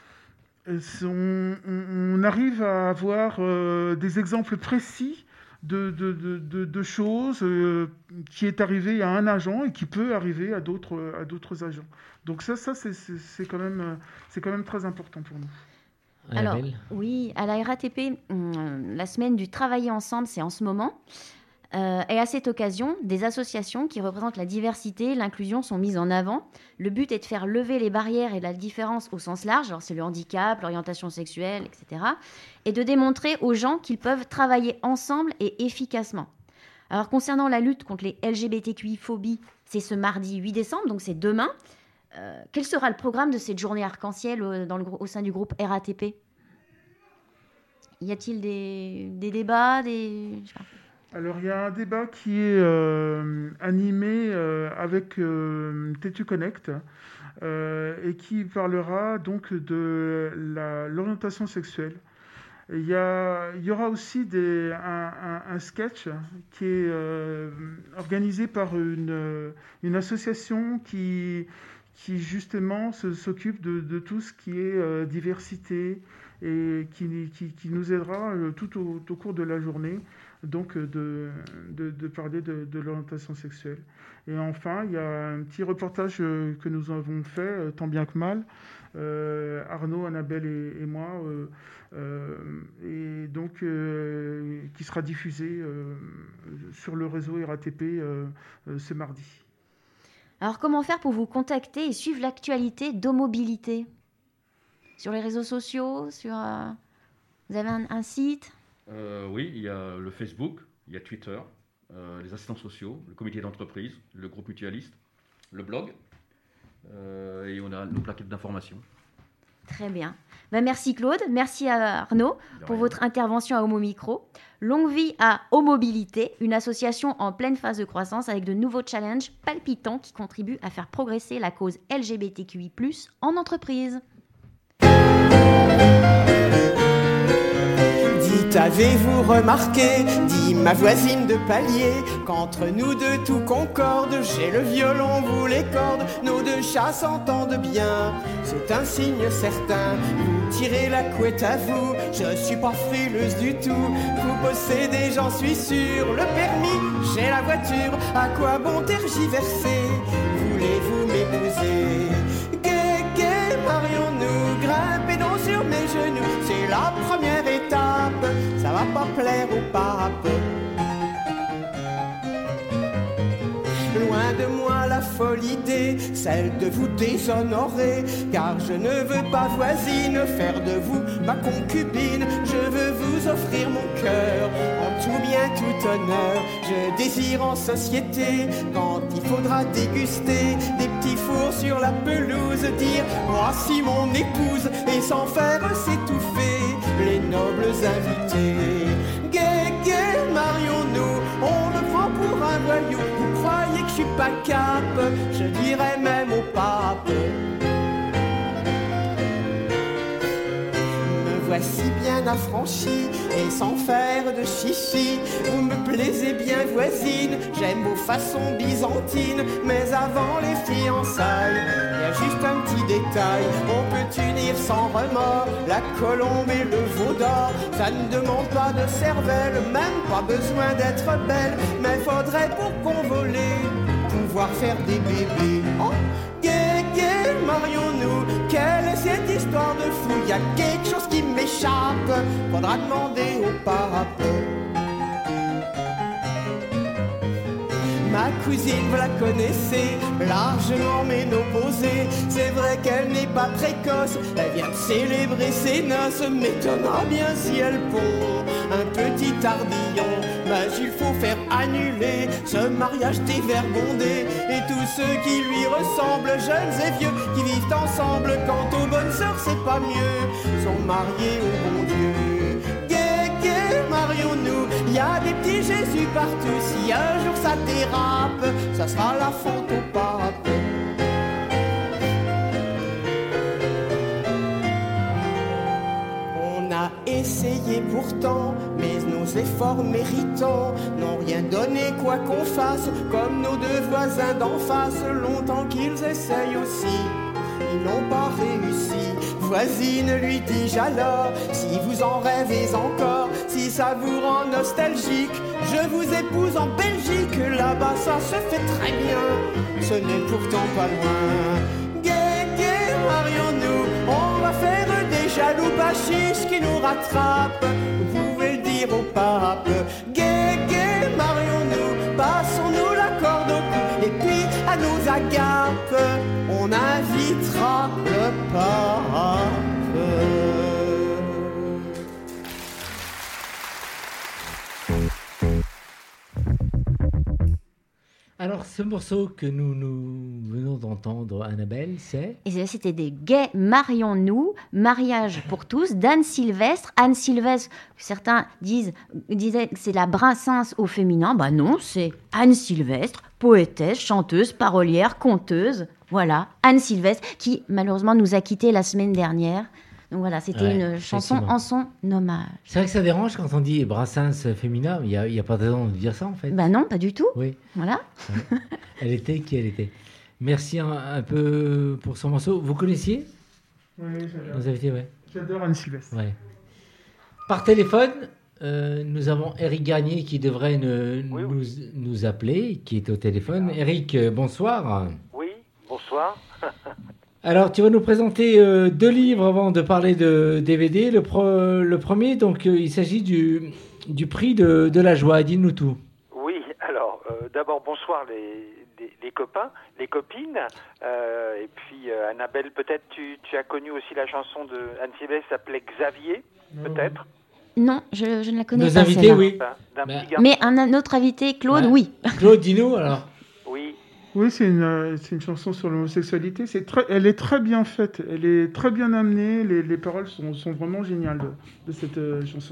On, on arrive à avoir euh, des exemples précis de, de, de, de, de choses euh, qui est arrivé à un agent et qui peut arriver à d'autres, à d'autres agents. Donc ça, ça c'est, c'est, c'est, quand même, c'est quand même très important pour nous. Alors, oui, à la R A T P, la semaine du travailler ensemble, c'est en ce moment. Euh, et à cette occasion, des associations qui représentent la diversité, l'inclusion sont mises en avant. Le but est de faire lever les barrières et la différence au sens large, alors c'est le handicap, l'orientation sexuelle, et cetera, et de démontrer aux gens qu'ils peuvent travailler ensemble et efficacement. Alors, concernant la lutte contre les L G B T Q I-phobies, c'est ce mardi huit décembre, donc c'est demain. Euh, quel sera le programme de cette journée arc-en-ciel euh, dans le, grou- au sein du groupe R A T P? Y a-t-il des, des débats, des... je sais pas. Alors, il y a un débat qui est euh, animé euh, avec euh, Tétu Connect euh, et qui parlera donc de la- l'orientation sexuelle. Il y, a- il y aura aussi des, un, un- un sketch qui est euh, organisé par une, euh, une association qui, qui justement se- s'occupe de, de tout ce qui est euh, diversité et qui, qui- qui nous aidera euh, tout au, au cours de la journée donc euh, de, de, de parler de, de l'orientation sexuelle. Et enfin, il y a un petit reportage euh, que nous avons fait, euh, tant bien que mal, euh, Arnaud, Annabelle et, et moi, euh, euh, et donc euh, qui sera diffusé euh, sur le réseau R A T P euh, euh, ce mardi. Alors, comment faire pour vous contacter et suivre l'actualité d'O-Mobilité? Sur les réseaux sociaux, sur, euh, vous avez un, un site? Euh, oui, il y a le Facebook, il y a Twitter, euh, les assistants sociaux, le comité d'entreprise, le groupe mutualiste, le blog, euh, et on a nos plaquettes d'information. Très bien. Ben, merci Claude, merci à Arnaud De pour rien. votre intervention à Homo Micro. Longue vie à Homobilité, une association en pleine phase de croissance avec de nouveaux challenges palpitants qui contribuent à faire progresser la cause L G B T Q I plus, en entreprise. Dites, avez-vous remarqué, dit ma voisine de palier, qu'entre nous deux tout concorde, j'ai le violon, vous les cordes, nos deux chats s'entendent bien, c'est un signe certain, vous tirez la couette à vous, je suis pas frileuse du tout, vous possédez, j'en suis sûr, le permis, j'ai la voiture, à quoi bon tergiverser, voulez-vous m'épouser? Gai, gai, marions-nous, grimpez donc sur mes genoux, c'est la première étape, ça va pas plaire au pape. Loin de moi la folle idée, celle de vous déshonorer, car je ne veux pas voisine faire de vous ma concubine, je veux vous offrir mon cœur, en tout bien, tout honneur, je désire en société, quand il faudra déguster des petits fours sur la pelouse, dire voici mon épouse, et sans faire s'étouffer les nobles invités. Gai, gai, marions-nous, on me prend pour un voyou, vous croyez que je suis pas cap, je dirais même au pape. Me voici bien affranchi et sans faire de chichi, vous me plaisez bien voisine, j'aime vos façons byzantines, mais avant les fiançailles, il y a juste un petit détail, on peut unir sans remords la colombe et le veau d'or, ça ne demande pas de cervelle, même pas besoin d'être belle, mais faudrait pour convoler pouvoir faire des bébés. Oh, gai, gai, marions-nous, quelle est cette histoire de fou? Y a quelque chose qui m'échappe, faudra demander au pape. Ma cousine, vous la connaissez, largement ménopausée. C'est vrai qu'elle n'est pas précoce, elle vient de célébrer ses noces. M'étonnera bien si elle pond un petit tardillon. Mais il faut faire annuler ce mariage dévergondé. Et tous ceux qui lui ressemblent, jeunes et vieux, qui vivent ensemble, quant aux bonnes sœurs, c'est pas mieux, sont mariés au bon Dieu. Gai, gai, marions-nous, y a des petits Jésus partout. Si un jour ça dérape, ça sera la faute au pape. On a essayé pourtant, mais nos efforts méritants n'ont rien donné quoi qu'on fasse, comme nos deux voisins d'en face, longtemps qu'ils essayent aussi, ils n'ont pas réussi. Voisine, lui dis-je alors, si vous en rêvez encore, si ça vous rend nostalgique, je vous épouse en Belgique, là-bas ça se fait très bien, ce n'est pourtant pas loin. Gai, gai, marions-nous, on va faire des jaloux bachiches qui nous rattrapent, vous pouvez le dire au pape. Gai, gai, marions-nous, passons-nous la corde au cou, et puis à nos agapes, on invitera le pape. Alors, ce morceau que nous, nous venons d'entendre, Annabelle, c'est Et c'est- c'était des gays marions-nous, mariage pour tous, d'Anne Sylvestre. Anne Sylvestre, certains disent, disaient que c'est la Brassens au féminin. Bah non, c'est Anne Sylvestre, poétesse, chanteuse, parolière, conteuse. Voilà, Anne Sylvestre, qui malheureusement nous a quittés la semaine dernière. Donc voilà, c'était Ouais, une chanson effectivement. en son hommage. C'est vrai que ça dérange quand on dit Brassens féminin. Il n'y a, il y a pas de raison de dire ça, en fait. Bah non, pas du tout. Oui, Voilà. elle était qui elle était. Merci un, un peu pour son morceau. Vous connaissiez Oui, j'adore. nos invités, ouais. J'adore Anne Sylvestre. Ouais. Par téléphone, euh, nous avons Eric Garnier qui devrait ne- Oui, nous, nous appeler, qui est au téléphone. Eric, euh, bonsoir. Oui, bonsoir. Alors, tu vas nous présenter euh, deux livres avant de parler de D V D. Le, pro- le premier, donc, euh, il s'agit du, du prix de, de la joie. Dis-nous tout. Oui, alors, euh, d'abord, bonsoir les, les, les copains, les copines. Euh, et puis, euh, Annabelle, peut-être tu, tu as connu aussi la chanson de Anne Sylvestre, s'appelait Xavier, peut-être. Non, je, je ne la connais Nos pas. invités, celle-là. oui. D'un d'un Bah, petit garçon. Mais un, un autre invité, Claude, Ouais. oui. Claude, dis-nous alors. Oui, Oui, c'est une, euh, c'est une chanson sur l'homosexualité. C'est très, elle est très bien faite. Elle est très bien amenée. Les, les paroles sont, sont vraiment géniales de, de cette euh, chanson.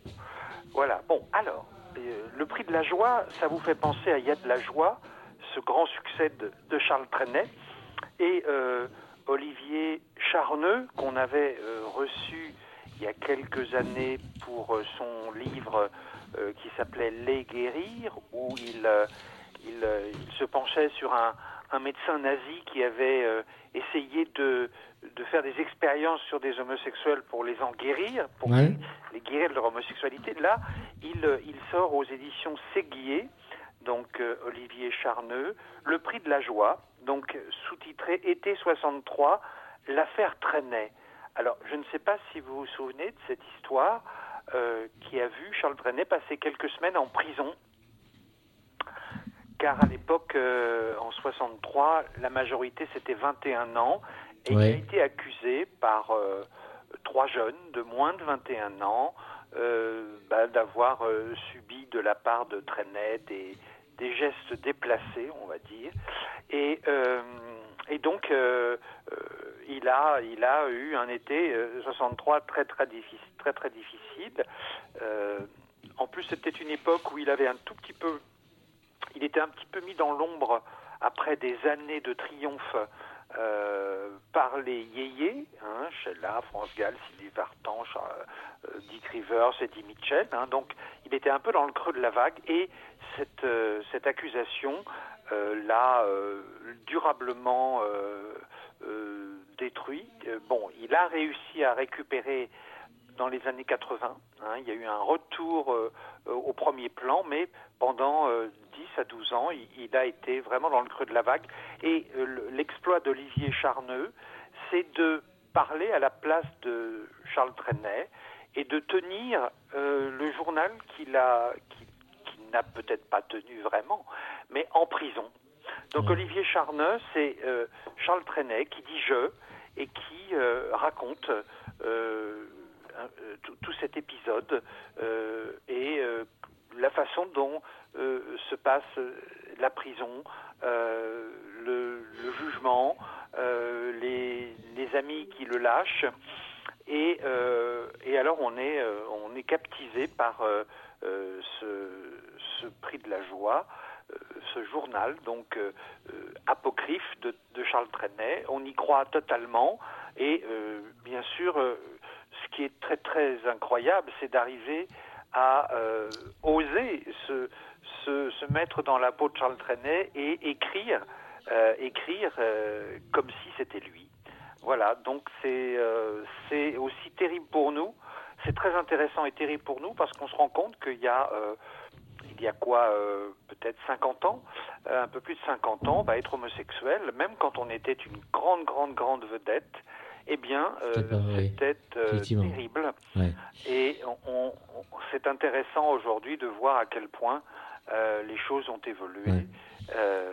voilà. Bon, alors, euh, le prix de la joie, ça vous fait penser à Il y a de la joie, ce grand succès de, de Charles Trenet. Et euh, Olivier Charneux, qu'on avait euh, reçu il y a quelques années pour euh, son livre euh, qui s'appelait Les guérir, où il, euh, il, euh, il se penchait sur un, un médecin nazi qui avait euh, essayé de, de faire des expériences sur des homosexuels pour les en guérir, pour Ouais. les guérir de leur homosexualité. Là, il, euh, il sort aux éditions Séguier, donc euh, Olivier Charneux, Le prix de la joie, donc euh, sous-titré Été soixante-trois, l'affaire Trenet. Alors, je ne sais pas si vous vous souvenez de cette histoire euh, qui a vu Charles Trenet passer quelques semaines en prison, car à l'époque, euh, en soixante-trois, la majorité c'était vingt et un ans, et Ouais. il a été accusé par euh, trois jeunes de moins de vingt et un ans euh, bah, d'avoir euh, subi de la part de Trenet des, des gestes déplacés, on va dire, et, euh, et donc euh, euh, il a, il a eu un été euh, soixante-trois très très difficile, très très difficile. Euh, en plus, c'était une époque où il avait un tout petit peu il était un petit peu mis dans l'ombre après des années de triomphe euh, par les yéyés, hein, Sheila, France Gall, Sylvie Vartan, euh, Dick Rivers, Eddie Mitchell. Hein, donc, il était un peu dans le creux de la vague et cette, euh, cette accusation euh, l'a euh, durablement euh, euh, détruit. Euh, bon, il a réussi à récupérer dans les années quatre-vingts. Hein, il y a eu un retour euh, euh, au premier plan, mais pendant euh, dix à douze ans, il, il a été vraiment dans le creux de la vague. Et euh, le- l'exploit d'Olivier Charneux, c'est de parler à la place de Charles Trenet et de tenir euh, le journal qu'il a, qui, qui n'a peut-être pas tenu vraiment, mais en prison. Donc Ouais. Olivier Charneux, c'est euh, Charles Trenet qui dit je et qui euh, raconte euh, un- euh, tout, tout cet épisode euh, et euh, la façon dont euh, se passe euh, la prison, euh, le, le jugement, euh, les, les amis qui le lâchent. Et, euh, et alors on est, euh, on est captivé par euh, euh, ce, ce prix de la joie, euh, ce journal donc euh, euh, apocryphe de, de Charles Trenet. On y croit totalement et euh, bien sûr euh, ce qui est très très incroyable, c'est d'arriver à euh, oser se, se, se mettre dans la peau de Charles Trenet et écrire, euh, écrire euh, comme si c'était lui. Voilà, donc c'est euh, c'est aussi terrible pour nous, c'est très intéressant et terrible pour nous parce qu'on se rend compte qu'il y a, euh, il y a quoi, euh, peut-être cinquante ans, euh, un peu plus de cinquante ans, bah, être homosexuel, même quand on était une grande, grande, grande vedette, eh bien, euh, C'était pas vrai, c'était euh, effectivement. terrible. Ouais. Et on, on- on- c'est intéressant aujourd'hui de voir à quel point euh, les choses ont évolué. Ouais. Euh,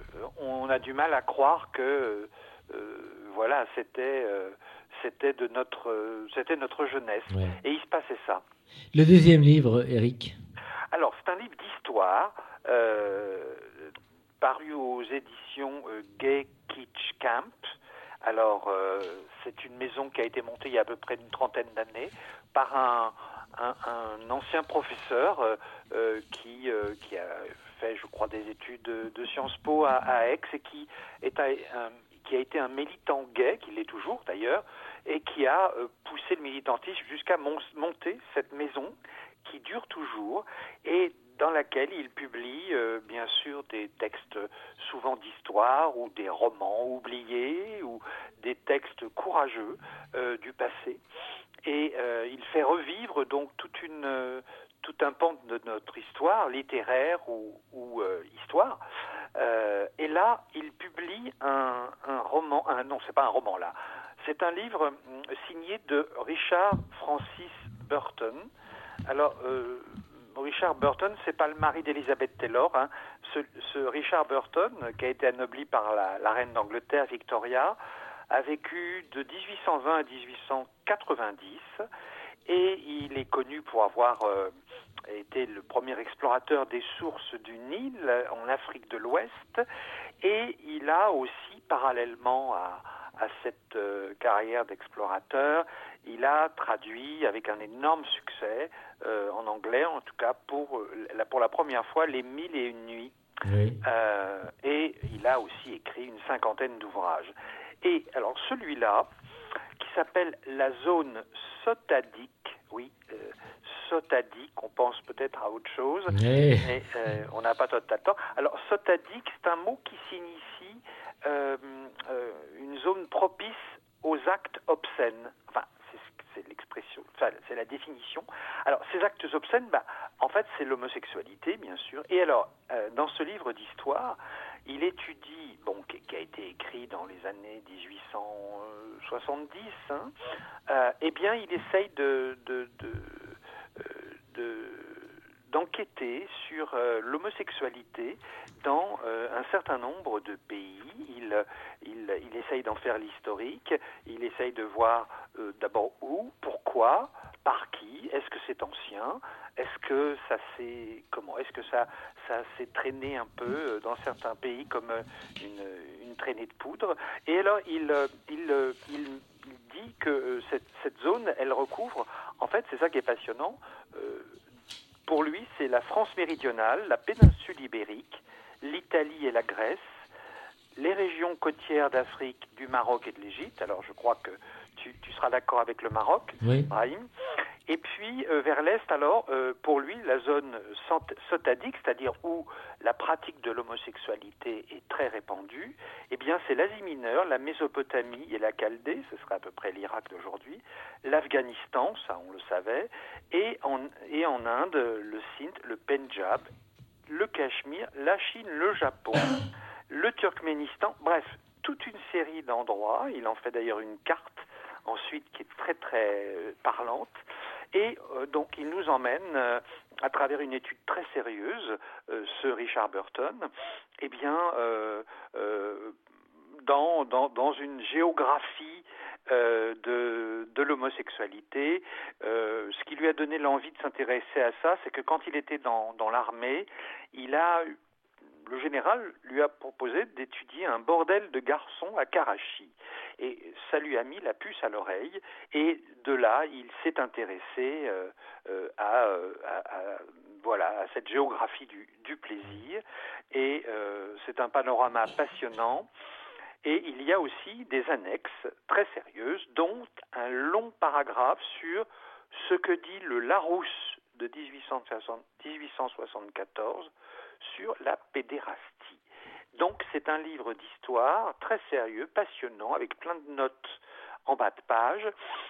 on a du mal à croire que euh, voilà, c'était euh, c'était de notre euh, c'était notre jeunesse. Ouais. Et il se passait ça. Le deuxième livre, Eric. Alors, c'est un livre d'histoire, euh, paru aux éditions euh, Gay Kitsch Camp. Alors, euh, c'est une maison qui a été montée il y a à peu près une trentaine d'années par un, un, un ancien professeur euh, euh, qui, euh, qui a fait, je crois, des études de, de Sciences Po à, à Aix et qui, est un, un, qui a été un militant gay, qui l'est toujours d'ailleurs, et qui a euh, poussé le militantisme jusqu'à mon, monter cette maison qui dure toujours et dans laquelle il publie euh, bien sûr des textes souvent d'histoire ou des romans oubliés ou des textes courageux euh, du passé. Et euh, il fait revivre donc toute une, euh, tout un pan de notre histoire, littéraire ou, ou euh, histoire. Euh, et là, il publie un, un roman, un, non, c'est pas un roman là, c'est un livre euh, signé de Richard Francis Burton. Alors, euh, Richard Burton, c'est pas le mari d'Elizabeth Taylor. Hein. Ce, ce Richard Burton, qui a été anobli par la, la reine d'Angleterre, Victoria, a vécu de dix-huit cent vingt à dix-huit cent quatre-vingt-dix et il est connu pour avoir euh, été le premier explorateur des sources du Nil en Afrique de l'Ouest et il a aussi, parallèlement à, à cette euh, carrière d'explorateur, il a traduit avec un énorme succès, euh, en anglais en tout cas, pour, euh, pour la première fois, Les Mille et Une Nuits. Oui. Euh, et il a aussi écrit une cinquantaine d'ouvrages. Et alors celui-là, qui s'appelle La Zone Sotadique, oui, euh, Sotadique, on pense peut-être à autre chose, Oui. mais euh, on n'a pas tout à temps. Alors Sotadique, c'est un mot qui signifie euh, euh, une zone propice aux actes obscènes. Enfin, c'est, c'est l'expression, enfin, c'est la définition. Alors, ces actes obscènes, bah, en fait, c'est l'homosexualité, bien sûr. Et alors, euh, dans ce livre d'histoire, il étudie, bon, qui, qui a été écrit dans les années dix-huit cent soixante-dix, hein, euh, eh bien, il essaye de, de, de, euh, de d'enquêter sur euh, l'homosexualité dans euh, un certain nombre de pays. Il, il, il essaye d'en faire l'historique, il essaye de voir euh, d'abord où, pourquoi, par qui, est-ce que c'est ancien, est-ce que ça s'est, comment, est-ce que ça, ça s'est traîné un peu dans certains pays comme une, une traînée de poudre. Et alors il, il, il, il dit que cette, cette zone, elle recouvre, en fait c'est ça qui est passionnant, euh, pour lui, c'est la France méridionale, la péninsule ibérique, l'Italie et la Grèce, les régions côtières d'Afrique, du Maroc et de l'Égypte. Alors, je crois que tu, tu seras d'accord avec le Maroc, Oui. Brahim. Et puis, euh, vers l'Est, alors, euh, pour lui, la zone sotadique, c'est-à-dire où la pratique de l'homosexualité est très répandue, eh bien, c'est l'Asie mineure, la Mésopotamie et la Chaldée, ce serait à peu près l'Irak d'aujourd'hui, l'Afghanistan, ça on le savait, et en, et en Inde, le Sindh, le Pendjab, le Cachemire, la Chine, le Japon, le Turkménistan, bref, toute une série d'endroits. Il en fait d'ailleurs une carte ensuite qui est très très euh, parlante. Et euh, donc il nous emmène euh, à travers une étude très sérieuse, euh, ce Richard Burton, eh bien euh, euh, dans, dans, dans une géographie euh, de, de l'homosexualité. Euh, ce qui lui a donné l'envie de s'intéresser à ça, c'est que quand il était dans, dans l'armée, il a le général lui a proposé d'étudier un bordel de garçons à Karachi. Et ça lui a mis la puce à l'oreille. Et de là, il s'est intéressé euh, euh, à, à, à, voilà, à cette géographie du, du plaisir. Et euh, c'est un panorama passionnant. Et il y a aussi des annexes très sérieuses, dont un long paragraphe sur ce que dit le Larousse de dix-huit cent soixante-quatorze sur la pédérastie. Donc c'est un livre d'histoire très sérieux, passionnant, avec plein de notes en bas de page.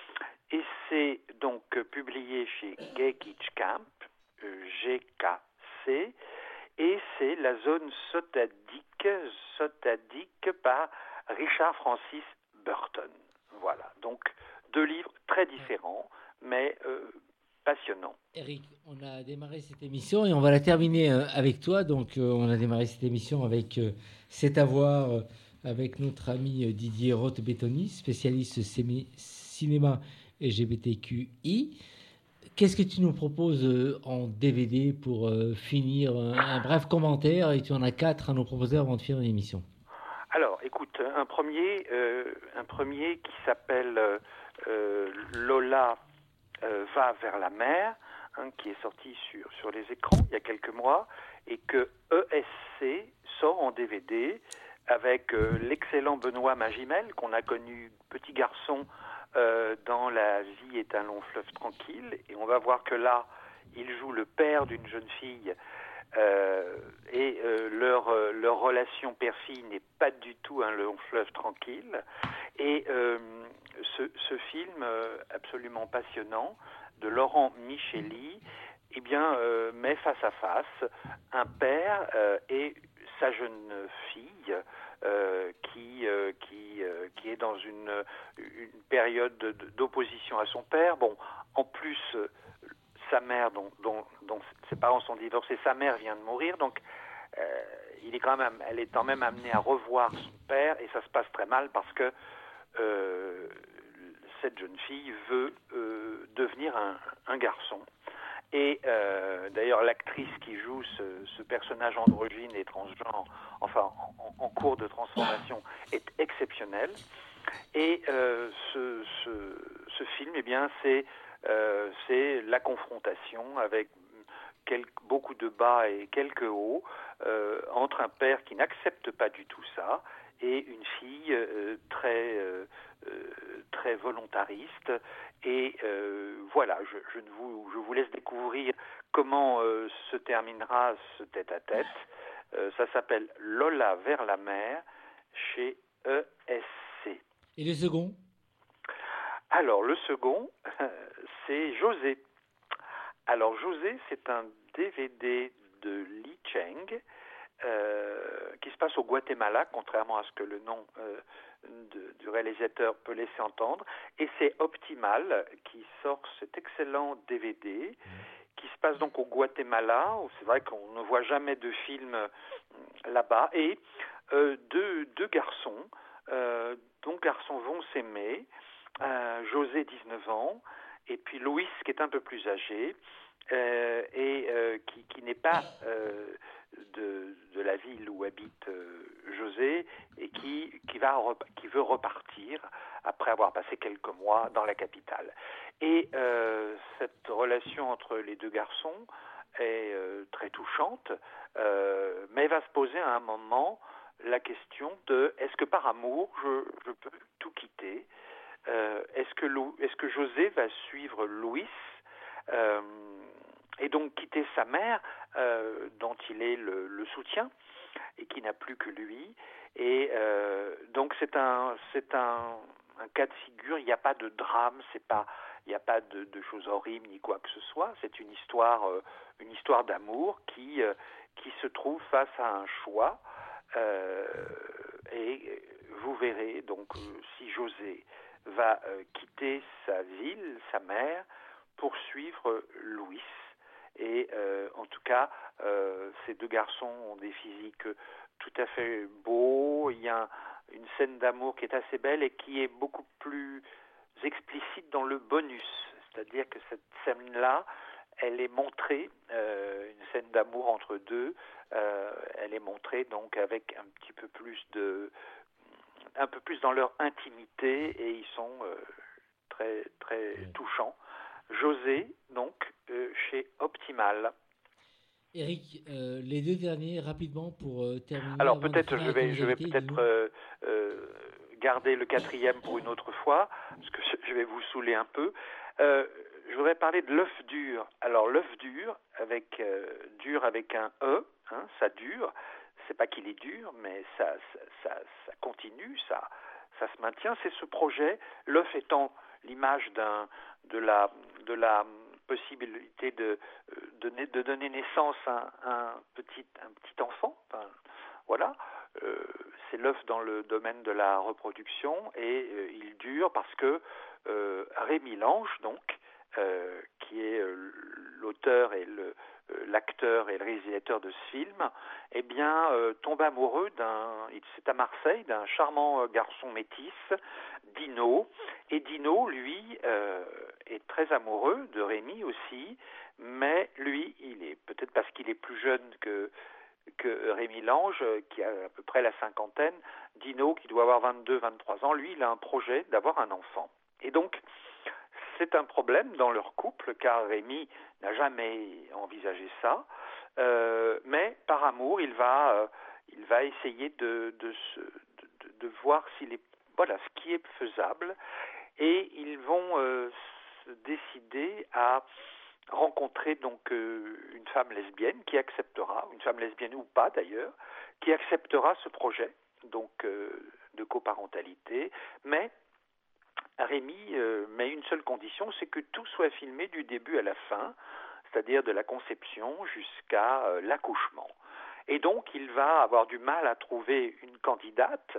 Et c'est donc publié chez Gay Kitsch Camp, euh, G K C, et c'est La Zone Sotadique, Sotadique par Richard Francis Burton. Voilà, donc deux livres très différents, mais euh, passionnants. Eric, on a démarré cette émission et on va la terminer euh, avec toi. Donc, euh, on a démarré cette émission avec euh, C'est à voir euh, avec notre ami euh, Didier Roth-Bétoni, spécialiste sémi- cinéma L G B T Q I. qu'est-ce que tu nous proposes euh, en D V D pour euh, finir un, un bref commentaire? Et tu en as quatre à nous proposer avant de finir l'émission. Alors, écoute, un premier, euh, un premier qui s'appelle euh, euh, Lola euh, va vers la mer, hein, qui est sorti sur, sur les écrans il y a quelques mois, et que E S C sort en D V D avec euh, l'excellent Benoît Magimel, qu'on a connu petit garçon euh, dans La vie est un long fleuve tranquille, et on va voir que là, il joue le père d'une jeune fille. Euh, et euh, leur, euh, leur relation père-fille n'est pas du tout un long fleuve tranquille. Et euh, ce, ce film euh, absolument passionnant de Laurent Micheli, eh bien, euh, met face à face un père euh, et sa jeune fille euh, qui, euh, qui, euh, qui est dans une, une période de- d'opposition à son père. Bon, en plus, euh, sa mère, dont, dont, dont ses parents sont divorcés, sa mère vient de mourir, donc euh, il est quand même, elle est quand même amenée à revoir son père, et ça se passe très mal parce que euh, cette jeune fille veut euh, devenir un, un garçon. Et euh, d'ailleurs, l'actrice qui joue ce, ce personnage androgyne et transgenre, enfin en, en cours de transformation, est exceptionnelle. Et euh, ce, ce, ce film, eh bien, c'est euh, c'est la confrontation avec quelques, beaucoup de bas et quelques hauts euh, entre un père qui n'accepte pas du tout ça et une fille euh, très euh, euh, très volontariste. Et euh, voilà, je, je, ne vous, je vous laisse découvrir comment euh, se terminera ce tête-à-tête. Euh, ça s'appelle Lola vers la mer chez E S C. Et le second? Alors, le second, c'est José. Alors, José, c'est un D V D de Li Cheng euh, qui se passe au Guatemala, contrairement à ce que le nom euh, de, du réalisateur peut laisser entendre. Et c'est Optimal qui sort cet excellent D V D qui se passe donc au Guatemala, où c'est vrai qu'on ne voit jamais de film euh, là-bas. Et euh, deux, deux garçons, euh, dont garçons vont s'aimer. Euh, José, dix-neuf ans, et puis Louis, qui est un peu plus âgé, euh, et euh, qui, qui n'est pas euh, de, de la ville où habite euh, José, et qui, qui, va rep- qui veut repartir après avoir passé quelques mois dans la capitale. Et euh, cette relation entre les deux garçons est euh, très touchante, euh, mais va se poser à un moment la question de est-ce que par amour je, je peux tout quitter? Euh, est-ce que Lou, est-ce que José va suivre Louis euh, et donc quitter sa mère euh, dont il est le, le soutien et qui n'a plus que lui? Et euh, donc c'est un c'est un, un cas de figure. Il n'y a pas de drame, c'est pas il n'y a pas de, de choses horribles ni quoi que ce soit. C'est une histoire euh, une histoire d'amour qui euh, qui se trouve face à un choix. Euh, et vous verrez donc euh, si José va euh, quitter sa ville, sa mère, pour suivre Louis. Et euh, en tout cas, euh, ces deux garçons ont des physiques tout à fait beaux. Il y a un, une scène d'amour qui est assez belle et qui est beaucoup plus explicite dans le bonus. C'est-à-dire que cette scène-là, elle est montrée, euh, une scène d'amour entre deux, euh, elle est montrée donc avec un petit peu plus de... un peu plus dans leur intimité, et ils sont euh, très très Ouais. touchants. José, donc, euh, chez Optimal. Eric, euh, les deux derniers, rapidement, pour euh, terminer. Alors avant de peut-être finir je la vais je vais convivialité, peut-être dis-nous. euh, euh, garder le quatrième pour une autre fois, parce que je vais vous saouler un peu. Euh, je voudrais parler de l'œuf dur. Alors l'œuf dur, avec euh, dur avec un E, hein, ça dure. C'est pas qu'il est dur, mais ça ça, ça, ça continue, ça ça se maintient. C'est ce projet, l'œuf étant l'image d'un de la de la possibilité de de, de donner naissance à un petit un petit enfant. Enfin, voilà, euh, c'est l'œuf dans le domaine de la reproduction, et euh, il dure parce que euh, Rémi Lange, donc, euh, qui est euh, l'auteur et le, euh, l'acteur et le réalisateur de ce film, eh bien, euh, tombe amoureux d'un, c'est à Marseille, d'un charmant euh, garçon métis, Dino. Et Dino, lui, euh, est très amoureux de Rémi aussi, mais lui, il est peut-être parce qu'il est plus jeune que que Rémi Lange, qui a à peu près la cinquantaine, Dino, qui doit avoir vingt-deux, vingt-trois ans, lui, il a un projet d'avoir un enfant. Et donc, c'est un problème dans leur couple, car Rémi n'a jamais envisagé ça, euh, mais par amour, il va, euh, il va essayer de, de, se, de, de voir s'il est, voilà, ce qui est faisable, et ils vont euh, se décider à rencontrer donc euh, une femme lesbienne qui acceptera, une femme lesbienne ou pas d'ailleurs, qui acceptera ce projet donc euh, de coparentalité, mais Rémi euh, met une seule condition, c'est que tout soit filmé du début à la fin, c'est-à-dire de la conception jusqu'à euh, l'accouchement. Et donc il va avoir du mal à trouver une candidate,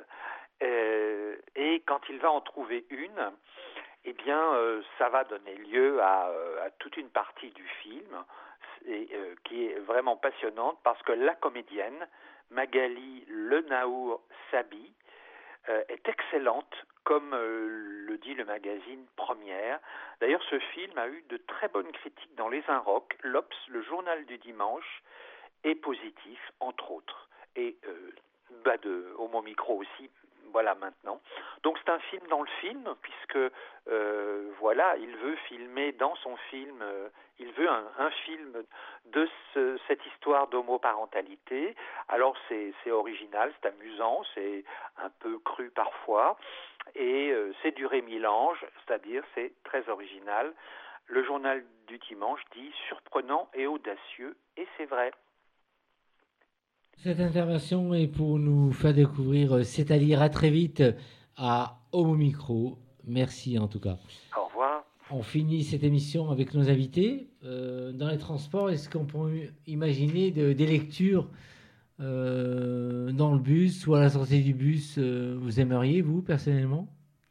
euh, et quand il va en trouver une, eh bien, euh, ça va donner lieu à, euh, à toute une partie du film et, euh, qui est vraiment passionnante parce que la comédienne, Magali Lenaour Sabi, euh, est excellente, comme euh, le dit le magazine Première. D'ailleurs, ce film a eu de très bonnes critiques dans Les Inrocks, l'Obs, le Journal du Dimanche, et Positif, entre autres. Et euh, bah de Homo Micro aussi, voilà maintenant. Donc c'est un film dans le film, puisque euh, voilà, il veut filmer dans son film, euh, il veut un, un film de ce, cette histoire d'homoparentalité. Alors c'est, c'est original, c'est amusant, c'est un peu cru parfois, et euh, c'est du Rémi Lange, c'est-à-dire c'est très original. Le Journal du Dimanche dit surprenant et audacieux, et c'est vrai. Cette intervention est pour nous faire découvrir C'est-à-dire à très vite à Homo Micro. Merci en tout cas. Au revoir. On finit cette émission avec nos invités. Euh, dans les transports, est-ce qu'on peut imaginer de, des lectures euh, dans le bus ou à la sortie du bus euh, vous aimeriez, vous, personnellement ?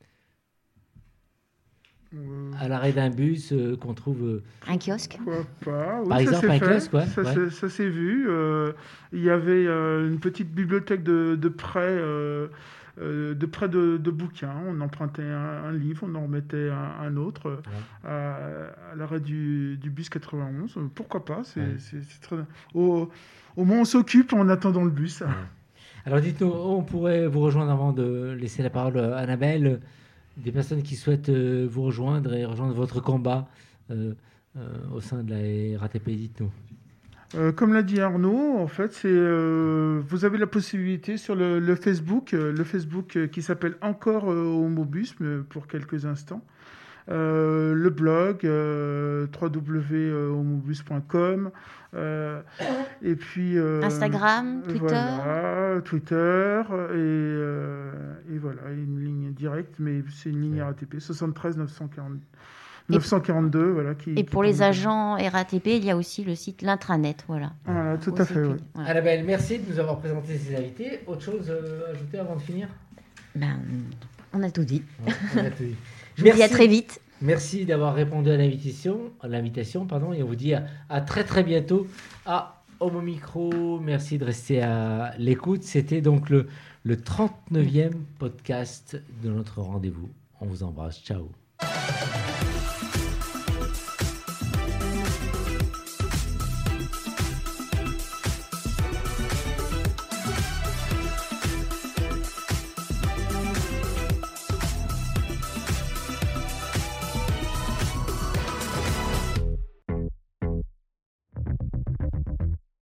Euh, À l'arrêt d'un bus euh, qu'on trouve... euh, Un kiosque. Pourquoi pas. Oui, Par ça exemple, s'est un fait. kiosque, ouais, Ça, ouais. s'est- ça s'est vu. Euh, il y avait euh, une petite bibliothèque de, de prêt, euh, euh, de prêt de, de bouquins. On empruntait un, un livre, on en remettait un, un autre euh, à, à l'arrêt du, du bus quatre-vingt-onze. Euh, Pourquoi pas, c'est, Ouais. c'est- c'est très... Au, au moins, on s'occupe en attendant le bus. Alors dites-nous, on pourrait vous rejoindre avant de laisser la parole à Annabelle, des personnes qui souhaitent euh, vous rejoindre et rejoindre votre combat euh, euh, au sein de la R A T P, dites-nous. Euh, comme l'a dit Arnaud, en fait, c'est euh, vous avez la possibilité sur le, le Facebook, euh, le Facebook euh, qui s'appelle encore euh, Homobus, mais pour quelques instants. Euh, le blog euh, w w w point homobus point com euh, et puis euh, Instagram, Twitter. voilà, Twitter et, euh, et voilà une ligne directe, mais c'est une ligne R A T P soixante-treize neuf cent quarante neuf cent quarante-deux, voilà. Qui, Et qui pour les permet de- agents R A T P, il y a aussi le site l'intranet, voilà. Voilà, tout à Aussi, fait, puis- oui. voilà. Annabelle, merci de nous avoir présenté ces invités. Autre chose euh, à ajouter avant de finir ? Ben, on a tout dit. Ouais, on a tout dit. Je vous dis à très vite. Merci d'avoir répondu à l'invitation, à l'invitation pardon, et on vous dit à, à très très bientôt à Homo Micro. Merci de rester à l'écoute. C'était donc le, le trente-neuvième podcast de notre rendez-vous. On vous embrasse. Ciao.